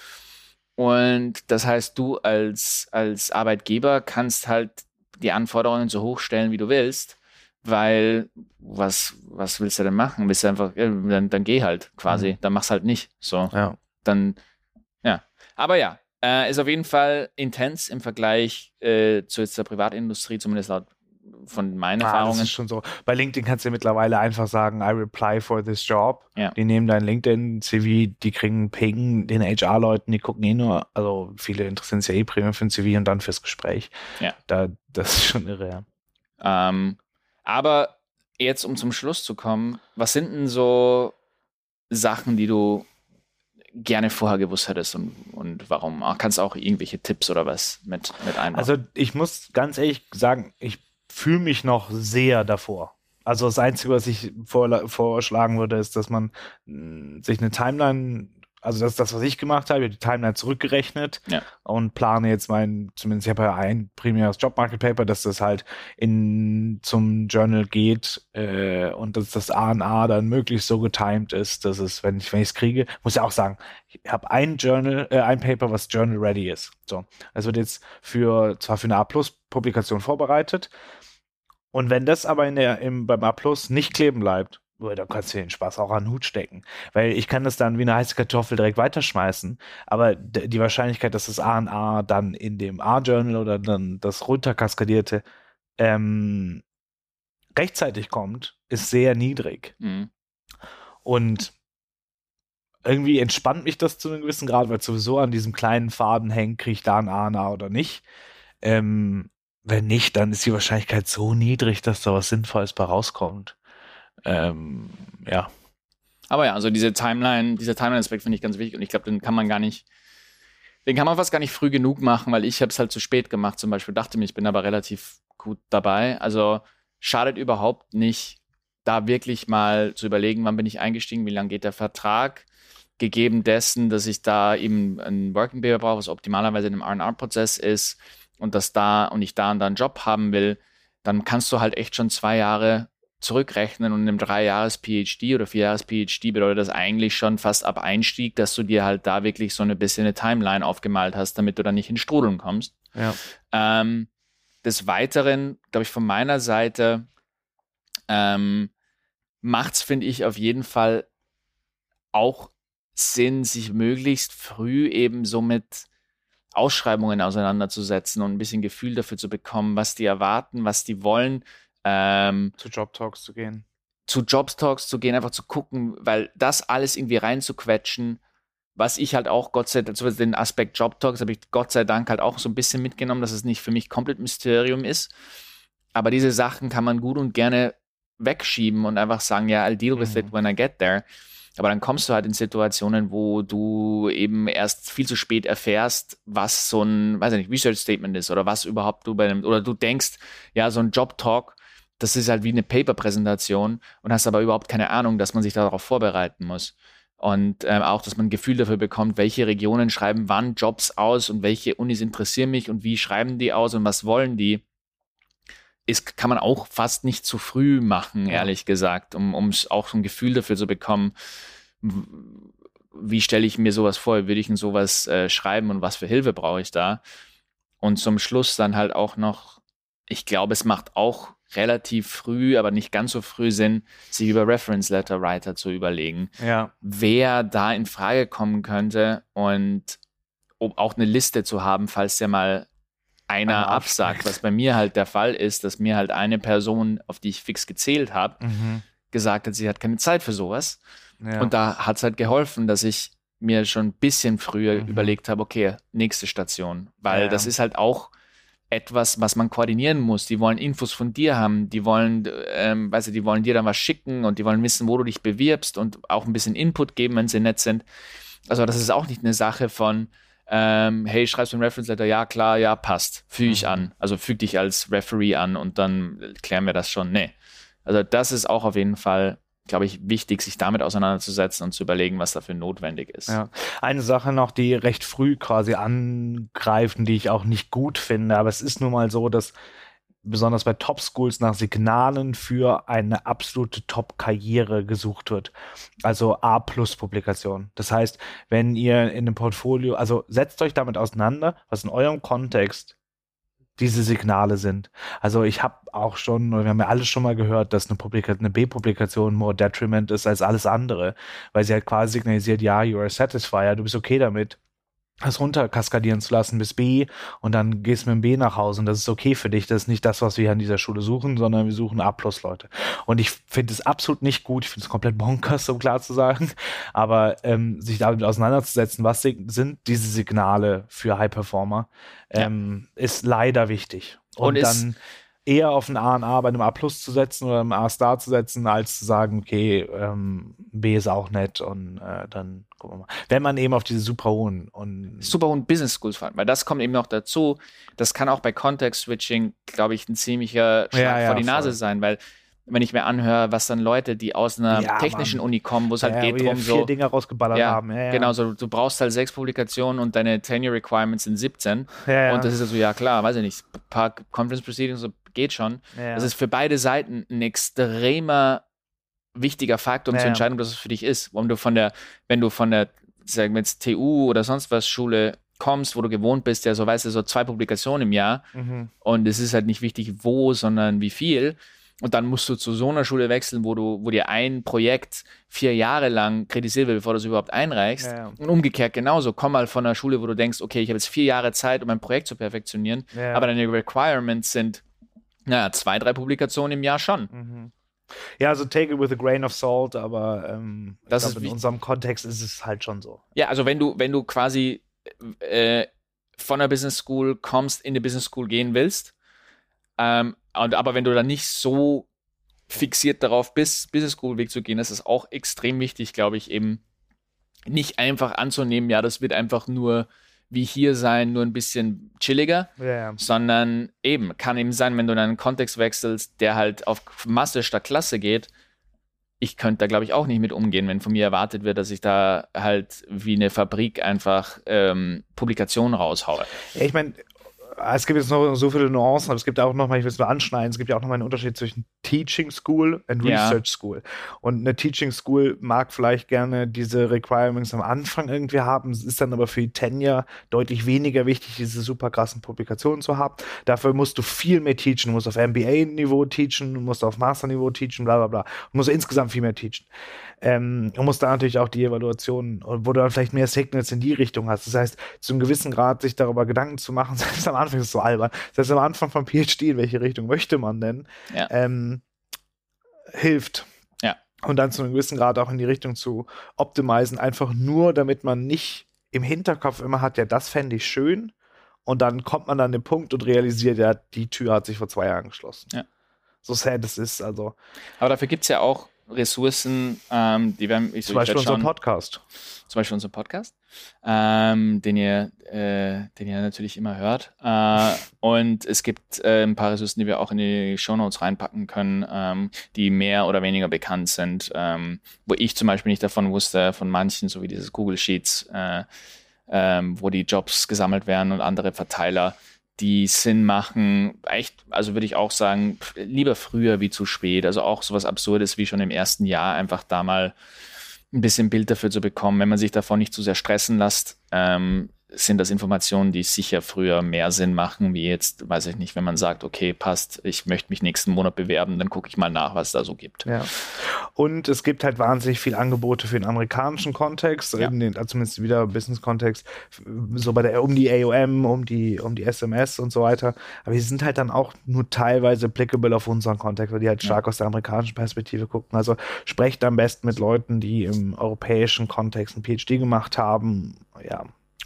Speaker 1: Und das heißt, du als, als Arbeitgeber kannst halt die Anforderungen so hoch stellen, wie du willst, weil was, was willst du denn machen? Willst du einfach, ja, dann, dann geh halt quasi,
Speaker 2: Mhm.
Speaker 1: dann mach's halt nicht. So,
Speaker 2: Ja.
Speaker 1: dann, ja. Aber ja, äh, ist auf jeden Fall intens im Vergleich äh, zu jetzt der Privatindustrie, zumindest laut von meinen
Speaker 2: Ah, das
Speaker 1: Erfahrungen.
Speaker 2: ist schon so. Bei LinkedIn kannst du ja mittlerweile einfach sagen, I reply for this job.
Speaker 1: Ja.
Speaker 2: Die nehmen dein LinkedIn-C V, die kriegen einen Ping, den H R-Leuten, die gucken eh nur, also viele interessieren sich ja eh primär für ein C V und dann fürs Gespräch.
Speaker 1: Ja.
Speaker 2: Da, das ist schon irre, ja.
Speaker 1: Ähm, aber jetzt, um zum Schluss zu kommen, was sind denn so Sachen, die du gerne vorher gewusst hättest und, und warum? Kannst du auch irgendwelche Tipps oder was mit, mit einbauen?
Speaker 2: Also ich muss ganz ehrlich sagen, ich fühle mich noch sehr davor. Also das Einzige, was ich vor, vorschlagen würde, ist, dass man mh, sich eine Timeline, also das ist das, was ich gemacht habe, ich habe die Timeline zurückgerechnet
Speaker 1: Ja.
Speaker 2: und plane jetzt mein, zumindest ich habe ja ein primäres Jobmarket-Paper, dass das halt in zum Journal geht äh, und dass das A und A dann möglichst so getimed ist, dass es, wenn ich wenn ich es kriege, muss ich auch sagen, ich habe ein Journal, äh, ein Paper, was Journal ready ist. So, es wird jetzt für zwar für eine A-Plus-Publikation vorbereitet. Und wenn das aber in der, im, beim A Plus nicht kleben bleibt, dann kannst du den Spaß auch an den Hut stecken. Weil ich kann das dann wie eine heiße Kartoffel direkt weiterschmeißen, aber d- die Wahrscheinlichkeit, dass das A und A dann in dem A-Journal oder dann das runterkaskadierte ähm, rechtzeitig kommt, ist sehr niedrig.
Speaker 1: Mhm.
Speaker 2: Und irgendwie entspannt mich das zu einem gewissen Grad, weil es sowieso an diesem kleinen Faden hängt, kriege ich da ein A und A oder nicht. Ähm, wenn nicht, dann ist die Wahrscheinlichkeit so niedrig, dass da was Sinnvolles bei rauskommt. Ähm, ja.
Speaker 1: Aber ja, also diese Timeline, dieser Timeline-Aspekt finde ich ganz wichtig und ich glaube, den kann man gar nicht, den kann man fast gar nicht früh genug machen, weil ich habe es halt zu spät gemacht zum Beispiel, dachte mir, ich bin aber relativ gut dabei. Also schadet überhaupt nicht, da wirklich mal zu überlegen, wann bin ich eingestiegen, wie lange geht der Vertrag, gegeben dessen, dass ich da eben ein Working Paper brauche, was optimalerweise in einem R und R-Prozess ist und dass da und ich da und da einen Job haben will, dann kannst du halt echt schon zwei Jahre zurückrechnen und in einem drei-Jahres-P H D oder vier-Jahres-P H D bedeutet das eigentlich schon fast ab Einstieg, dass du dir halt da wirklich so ein bisschen eine Timeline aufgemalt hast, damit du dann nicht in Strudeln kommst.
Speaker 2: Ja.
Speaker 1: Ähm, des Weiteren, glaube ich, von meiner Seite ähm, macht's, finde ich, auf jeden Fall auch Sinn, sich möglichst früh eben so mit Ausschreibungen auseinanderzusetzen und ein bisschen Gefühl dafür zu bekommen, was die erwarten, was die wollen. Ähm,
Speaker 2: zu Job Talks zu gehen.
Speaker 1: zu Jobs-Talks zu gehen, einfach zu gucken, weil das alles irgendwie reinzuquetschen, was ich halt auch, Gott sei Dank, also den Aspekt Job-Talks habe ich Gott sei Dank halt auch so ein bisschen mitgenommen, dass es nicht für mich komplett Mysterium ist. Aber diese Sachen kann man gut und gerne wegschieben und einfach sagen, ja, I'll deal with
Speaker 2: Mhm.
Speaker 1: it when I get there. Aber dann kommst du halt in Situationen, wo du eben erst viel zu spät erfährst, was so ein, weiß ich nicht, Research Statement ist oder was überhaupt du bei einem, oder du denkst, ja, so ein Job-Talk, das ist halt wie eine Paper-Präsentation und hast aber überhaupt keine Ahnung, dass man sich darauf vorbereiten muss. Und ähm, auch, dass man ein Gefühl dafür bekommt, welche Regionen schreiben wann Jobs aus und welche Unis interessieren mich und wie schreiben die aus und was wollen die, ist, kann man auch fast nicht zu früh machen,
Speaker 2: Ja.
Speaker 1: ehrlich gesagt, um um auch so ein Gefühl dafür zu bekommen, wie stelle ich mir sowas vor, würde ich denn sowas äh, schreiben und was für Hilfe brauche ich da? Und zum Schluss dann halt auch noch, ich glaube, es macht auch relativ früh, aber nicht ganz so früh Sinn, sich über Reference Letter Writer zu überlegen,
Speaker 2: Ja.
Speaker 1: wer da in Frage kommen könnte und um auch eine Liste zu haben, falls ja mal einer
Speaker 2: Einer
Speaker 1: absagt,
Speaker 2: abspringt.
Speaker 1: was bei mir halt der Fall ist, dass mir halt eine Person, auf die ich fix gezählt habe,
Speaker 2: Mhm.
Speaker 1: gesagt hat, sie hat keine Zeit für sowas.
Speaker 2: Ja.
Speaker 1: Und da hat es halt geholfen, dass ich mir schon ein bisschen früher
Speaker 2: Mhm.
Speaker 1: überlegt habe, okay, nächste Station. Weil
Speaker 2: Ja.
Speaker 1: das ist halt auch, etwas, was man koordinieren muss. Die wollen Infos von dir haben, die wollen, ähm, weißt du, die wollen dir dann was schicken und die wollen wissen, wo du dich bewirbst und auch ein bisschen Input geben, wenn sie nett sind. Also das ist auch nicht eine Sache von, ähm, hey, schreibst du ein Reference Letter? Ja, klar, ja, passt. Füge ich an. Also füg dich als Referee an und dann klären wir das schon. Nee. Also das ist auch auf jeden Fall, glaube ich, wichtig, sich damit auseinanderzusetzen und zu überlegen, was dafür notwendig ist.
Speaker 2: Ja. Eine Sache noch, die recht früh quasi angreifen, die ich auch nicht gut finde, aber es ist nun mal so, dass besonders bei Top-Schools nach Signalen für eine absolute Top-Karriere gesucht wird. Also A-Plus-Publikation. Das heißt, wenn ihr in einem Portfolio, also setzt euch damit auseinander, was in eurem Kontext diese Signale sind. Also ich habe auch schon, wir haben ja alles schon mal gehört, dass eine, Publika- eine B-Publikation more detriment ist als alles andere, weil sie halt quasi signalisiert, ja, you are a satisfier, du bist okay damit, das runterkaskadieren zu lassen bis B und dann gehst du mit dem B nach Hause und das ist okay für dich. Das ist nicht das, was wir hier an dieser Schule suchen, sondern wir suchen A-Plus-Leute. Und ich finde es absolut nicht gut, ich finde es komplett bonkers, um klar zu sagen, aber ähm, sich damit auseinanderzusetzen, was sind diese Signale für High-Performer, ähm, ja. ist leider wichtig. Und, und dann eher auf ein A und A bei einem A-Plus zu setzen oder einem A-Star zu setzen, als zu sagen, okay, ähm, B ist auch nett und äh, dann gucken wir mal. Wenn man eben auf diese super hohen und
Speaker 1: super hohen Business Schools fahren, weil das kommt eben noch dazu, das kann auch bei Context Switching, glaube ich, ein ziemlicher Schlag
Speaker 2: ja, ja,
Speaker 1: vor die Nase
Speaker 2: voll.
Speaker 1: sein, weil wenn ich mir anhöre, was dann Leute, die aus einer
Speaker 2: ja,
Speaker 1: technischen
Speaker 2: Mann.
Speaker 1: Uni kommen, wo es halt
Speaker 2: ja,
Speaker 1: geht drum,
Speaker 2: vier
Speaker 1: so
Speaker 2: Dinge rausgeballert
Speaker 1: ja,
Speaker 2: haben. Ja, ja.
Speaker 1: Genau, so du brauchst halt sechs Publikationen und deine Tenure Requirements sind siebzehn.
Speaker 2: Ja, ja.
Speaker 1: Und das ist ja so, ja klar, weiß ich nicht, ein paar Conference Proceedings so, geht schon.
Speaker 2: Ja.
Speaker 1: Das ist für beide Seiten ein extremer wichtiger Faktor, um
Speaker 2: Ja,
Speaker 1: zu
Speaker 2: ja.
Speaker 1: entscheiden, ob das für dich ist. Wenn du von der, wenn du von der, sagen wir jetzt T U oder sonst was Schule kommst, wo du gewohnt bist, ja, so weißt du, so zwei Publikationen im Jahr
Speaker 2: Mhm.
Speaker 1: und es ist halt nicht wichtig, wo, sondern wie viel. Und dann musst du zu so einer Schule wechseln, wo du, wo dir ein Projekt vier Jahre lang kritisiert wird, bevor du es überhaupt einreichst.
Speaker 2: Ja, ja.
Speaker 1: Und umgekehrt genauso. Komm mal von einer Schule, wo du denkst, okay, ich habe jetzt vier Jahre Zeit, um ein Projekt zu perfektionieren,
Speaker 2: Ja.
Speaker 1: aber deine Requirements sind, naja, zwei, drei Publikationen im Jahr schon.
Speaker 2: Mhm. Ja, also take it with a grain of salt, aber ähm, ich
Speaker 1: Das
Speaker 2: glaub,
Speaker 1: ist
Speaker 2: in
Speaker 1: wichtig.
Speaker 2: unserem Kontext ist es halt schon so.
Speaker 1: Ja, also wenn du, wenn du quasi äh, von der Business School kommst, in die Business School gehen willst, ähm, und, aber wenn du dann nicht so fixiert darauf bist, Business School Weg zu gehen, ist es auch extrem wichtig, glaube ich, eben nicht einfach anzunehmen, ja, das wird einfach nur wie hier sein, nur ein bisschen chilliger,
Speaker 2: Ja, ja.
Speaker 1: sondern eben, kann eben sein, wenn du in einen Kontext wechselst, der halt auf Masse statt Klasse geht, ich könnte da, glaube ich, auch nicht mit umgehen, wenn von mir erwartet wird, dass ich da halt wie eine Fabrik einfach ähm, Publikationen raushaue.
Speaker 2: Ja, ich meine, es gibt jetzt noch so viele Nuancen, aber es gibt auch noch mal, ich will es mal anschneiden, es gibt ja auch noch mal einen Unterschied zwischen Teaching School und
Speaker 1: Ja.
Speaker 2: Research School. Und eine Teaching School mag vielleicht gerne diese Requirements am Anfang irgendwie haben, es ist dann aber für die Tenure deutlich weniger wichtig, diese super krassen Publikationen zu haben. Dafür musst du viel mehr teachen, du musst auf M B A-Niveau teachen, du musst auf Master-Niveau teachen, bla bla bla. Du musst insgesamt viel mehr teachen. Ähm, und musst da natürlich auch die Evaluation, wo du dann vielleicht mehr Signals in die Richtung hast. Das heißt, zu einem gewissen Grad sich darüber Gedanken zu machen, selbst am Anfang ist es so albern, selbst am Anfang vom PhD, in welche Richtung möchte man denn,
Speaker 1: Ja.
Speaker 2: ähm, hilft.
Speaker 1: Ja.
Speaker 2: Und dann zu einem gewissen Grad auch in die Richtung zu optimisen, einfach nur, damit man nicht im Hinterkopf immer hat, ja, das fände ich schön. Und dann kommt man an den Punkt und realisiert, ja, die Tür hat sich vor zwei Jahren geschlossen.
Speaker 1: Ja.
Speaker 2: So sad es ist, also.
Speaker 1: Aber dafür gibt es ja auch Ressourcen, ähm, die werden, ich
Speaker 2: Zum Beispiel unser
Speaker 1: schauen,
Speaker 2: Podcast.
Speaker 1: zum Beispiel unser Podcast, ähm, den ihr, äh, den ihr natürlich immer hört. Äh, und es gibt äh, ein paar Ressourcen, die wir auch in die Shownotes reinpacken können, ähm, die mehr oder weniger bekannt sind, ähm, wo ich zum Beispiel nicht davon wusste, von manchen, so wie dieses Google Sheets, äh, ähm, wo die Jobs gesammelt werden und andere Verteiler, die Sinn machen, echt, also würde ich auch sagen, lieber früher wie zu spät. Also auch sowas Absurdes wie schon im ersten Jahr, einfach da mal ein bisschen Bild dafür zu bekommen. Wenn man sich davon nicht zu sehr stressen lässt, ähm, sind das Informationen, die sicher früher mehr Sinn machen, wie jetzt, weiß ich nicht, wenn man sagt, okay, passt, ich möchte mich nächsten Monat bewerben, dann gucke ich mal nach, was es da so gibt.
Speaker 2: Ja. Und es gibt halt wahnsinnig viel Angebote für den amerikanischen Kontext,
Speaker 1: Ja.
Speaker 2: in den, zumindest wieder Business-Kontext, so bei der, um die A O M, um die, um die S M S und so weiter. Aber die sind halt dann auch nur teilweise applicable auf unseren Kontext, weil die halt stark
Speaker 1: Ja.
Speaker 2: aus der amerikanischen Perspektive gucken. Also sprecht am besten mit Leuten, die im europäischen Kontext ein PhD gemacht haben. Ja.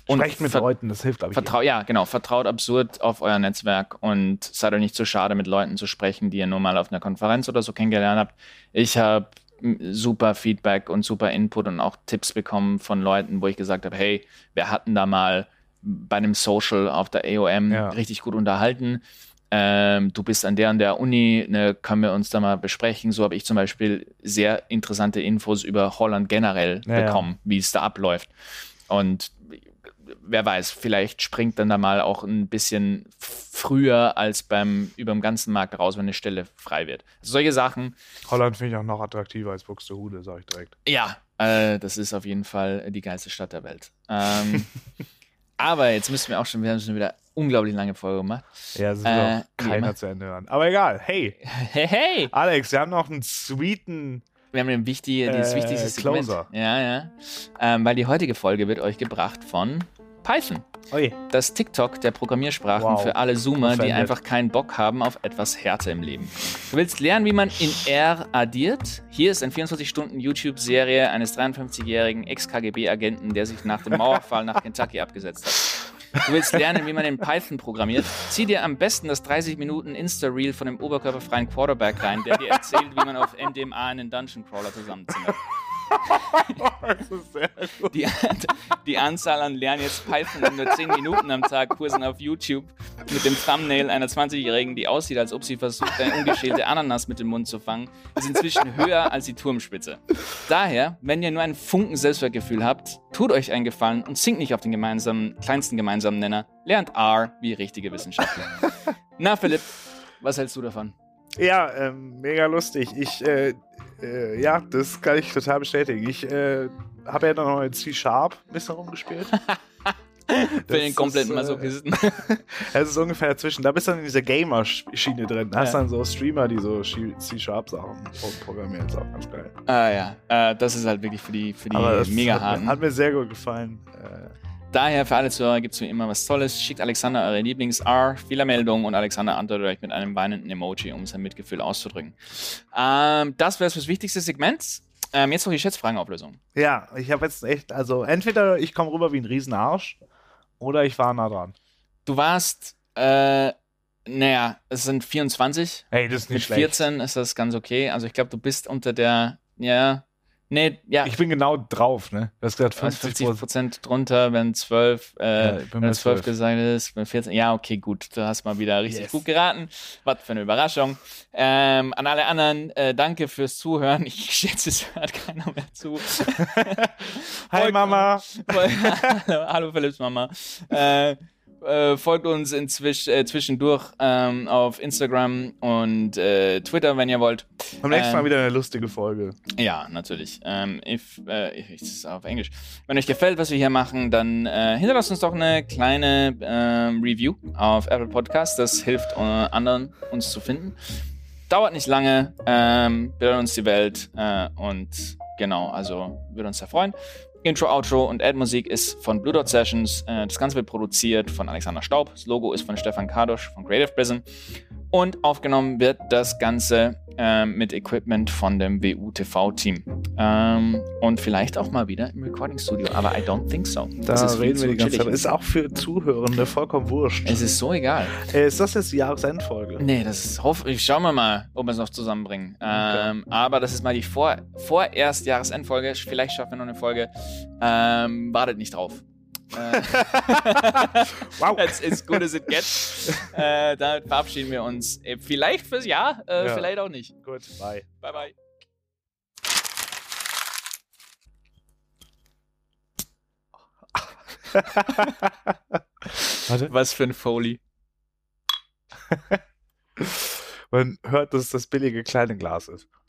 Speaker 1: Und
Speaker 2: Sprecht mit
Speaker 1: ver-
Speaker 2: Leuten, das hilft, glaube ich.
Speaker 1: Vertrau- ja, genau. Vertraut absurd auf euer Netzwerk und seid euch nicht zu schade, mit Leuten zu sprechen, die ihr nur mal auf einer Konferenz oder so kennengelernt habt. Ich habe super Feedback und super Input und auch Tipps bekommen von Leuten, wo ich gesagt habe, hey, wir hatten da mal bei einem Social auf der A O M
Speaker 2: Ja.
Speaker 1: richtig gut unterhalten. Ähm, du bist an der und der Uni, ne, können wir uns da mal besprechen. So habe ich zum Beispiel sehr interessante Infos über Holland generell
Speaker 2: Ja,
Speaker 1: bekommen, wie es da abläuft. Und wer weiß, vielleicht springt dann da mal auch ein bisschen früher als beim über dem ganzen Markt raus, wenn eine Stelle frei wird. Also solche Sachen,
Speaker 2: Holland finde ich auch noch attraktiver als Buxtehude, sage ich direkt.
Speaker 1: ja, äh, das ist auf jeden Fall die geilste Stadt der Welt. Ähm, aber jetzt müssen wir auch schon, wir haben schon wieder unglaublich lange Folge gemacht.
Speaker 2: Ja, das will
Speaker 1: Äh,
Speaker 2: auch keiner zu Ende hören. Aber egal, hey,
Speaker 1: Hey, hey!
Speaker 2: Alex, wir haben noch einen sweeten
Speaker 1: Wir haben den wichtig, dieses
Speaker 2: Äh,
Speaker 1: wichtigste Segment.
Speaker 2: Closer.
Speaker 1: Ja, ja. Ähm, weil die heutige Folge wird euch gebracht von Python.
Speaker 2: Oi.
Speaker 1: Das TikTok der Programmiersprachen
Speaker 2: Wow.
Speaker 1: für alle Zoomer, die
Speaker 2: Offended.
Speaker 1: einfach keinen Bock haben auf etwas Härte im Leben. Du willst lernen, wie man in R addiert? Hier ist eine vierundzwanzig-Stunden-YouTube-Serie eines dreiundfünfzigjährigen Ex-K G B-Agenten, der sich nach dem Mauerfall nach Kentucky abgesetzt hat. Du willst lernen, wie man in Python programmiert? Zieh dir am besten das dreißig Minuten Insta-Reel von dem oberkörperfreien Quarterback rein, der dir erzählt, wie man auf M D M A einen Dungeon-Crawler zusammenzimmert.
Speaker 2: Das ist sehr gut.
Speaker 1: Die, die Anzahl an Lernen jetzt Python in nur zehn Minuten am Tag Kursen auf YouTube mit dem Thumbnail einer zwanzigjährigen, die aussieht, als ob sie versucht, eine ungeschälte Ananas mit dem Mund zu fangen, ist inzwischen höher als die Turmspitze. Daher, wenn ihr nur einen Funken Selbstwertgefühl habt, tut euch einen Gefallen und sinkt nicht auf den gemeinsamen, kleinsten gemeinsamen Nenner. Lernt R wie richtige Wissenschaftler. Na, Philipp, was hältst du davon?
Speaker 2: Ja, ähm, mega lustig. Ich, äh, äh, ja, das kann ich total bestätigen. Ich äh, habe ja noch in C-Sharp ein bisschen rumgespielt.
Speaker 1: Für den kompletten
Speaker 2: ist,
Speaker 1: Masochisten.
Speaker 2: Es ist ungefähr dazwischen. Da bist du dann in dieser Gamer-Schiene drin. Da hast
Speaker 1: Ja.
Speaker 2: dann so Streamer, die so C-Sharp-Sachen programmieren. Das ist auch ganz geil.
Speaker 1: Ah ja, äh, das ist halt wirklich für die, für die
Speaker 2: Aber das
Speaker 1: mega
Speaker 2: hat,
Speaker 1: harten.
Speaker 2: mir- hat mir sehr gut gefallen. Äh,
Speaker 1: Daher für alle Zuhörer gibt es wie immer was Tolles. Schickt Alexander eure Lieblings-R-Fehlermeldung und Alexander antwortet euch mit einem weinenden Emoji, um sein Mitgefühl auszudrücken. Ähm, das wäre das wichtigste Segment. Ähm, jetzt noch die Schätzfragenauflösung.
Speaker 2: ja, ich habe jetzt echt, also entweder ich komme rüber wie ein Riesenarsch oder ich war nah dran.
Speaker 1: Du warst, äh, naja, es sind vierundzwanzig.
Speaker 2: Hey, das ist
Speaker 1: Mit
Speaker 2: nicht schlecht.
Speaker 1: vierzehn ist das ganz okay. Also ich glaube, du bist unter der, ja, nee, ja.
Speaker 2: Ich bin genau drauf, ne? Du hast gesagt
Speaker 1: Du hast
Speaker 2: fünfzig
Speaker 1: fünfzig Prozent drunter, wenn zwölf, äh,
Speaker 2: Ja, ich bin
Speaker 1: wenn
Speaker 2: bei
Speaker 1: zwölf
Speaker 2: zwölf.
Speaker 1: gesagt ist, wenn vierzehn, ja, okay, gut, du hast mal wieder richtig
Speaker 2: Yes.
Speaker 1: gut geraten. Was für eine Überraschung. Ähm, an alle anderen, äh, danke fürs Zuhören. Ich schätze, es hört keiner mehr zu.
Speaker 2: Hi
Speaker 1: Folgt
Speaker 2: Mama.
Speaker 1: uns- hallo, hallo Philipps Mama. Äh, äh, folgt uns inzwischen äh, zwischendurch ähm, auf Instagram und äh, Twitter, wenn ihr wollt.
Speaker 2: Beim nächsten Mal
Speaker 1: Ähm,
Speaker 2: wieder eine lustige Folge.
Speaker 1: Ja, natürlich. Ähm, if, äh, ich, das ist auf Englisch. Wenn euch gefällt, was wir hier machen, dann äh, hinterlasst uns doch eine kleine ähm, Review auf Apple Podcasts. Das hilft äh, anderen, uns zu finden. Dauert nicht lange, ähm, bedeutet uns die Welt äh, und genau, also würde uns sehr freuen. Intro, Outro und Ad-Musik ist von Blue Dot Sessions. Äh, das Ganze wird produziert von Alexander Staub. Das Logo ist von Stefan Kardosch von Creative Prison. Und aufgenommen wird das Ganze ähm, mit Equipment von dem W U T V-Team. Ähm, und vielleicht auch mal wieder im Recording-Studio, aber I don't think so.
Speaker 2: Da
Speaker 1: Das ist viel
Speaker 2: reden wir
Speaker 1: zu
Speaker 2: die ganze Zeit.
Speaker 1: chillig.
Speaker 2: Ist auch für Zuhörende vollkommen wurscht.
Speaker 1: Es ist so egal.
Speaker 2: Äh, ist das jetzt die Jahresendfolge?
Speaker 1: Nee, das ist hoffentlich. Schauen wir mal, ob wir es noch zusammenbringen. Ähm, aber das ist mal die vor, vorerst Jahresendfolge. Vielleicht schaffen wir noch eine Folge. Ähm, wartet nicht drauf. Äh,
Speaker 2: Wow.
Speaker 1: That's as good as it gets. Äh, damit verabschieden wir uns. Äh, vielleicht fürs Jahr, äh,
Speaker 2: Ja.
Speaker 1: vielleicht auch nicht.
Speaker 2: Gut, bye.
Speaker 1: Bye, bye.
Speaker 2: Warte.
Speaker 1: Was für ein Foley.
Speaker 2: Man hört, dass es das billige kleine Glas ist.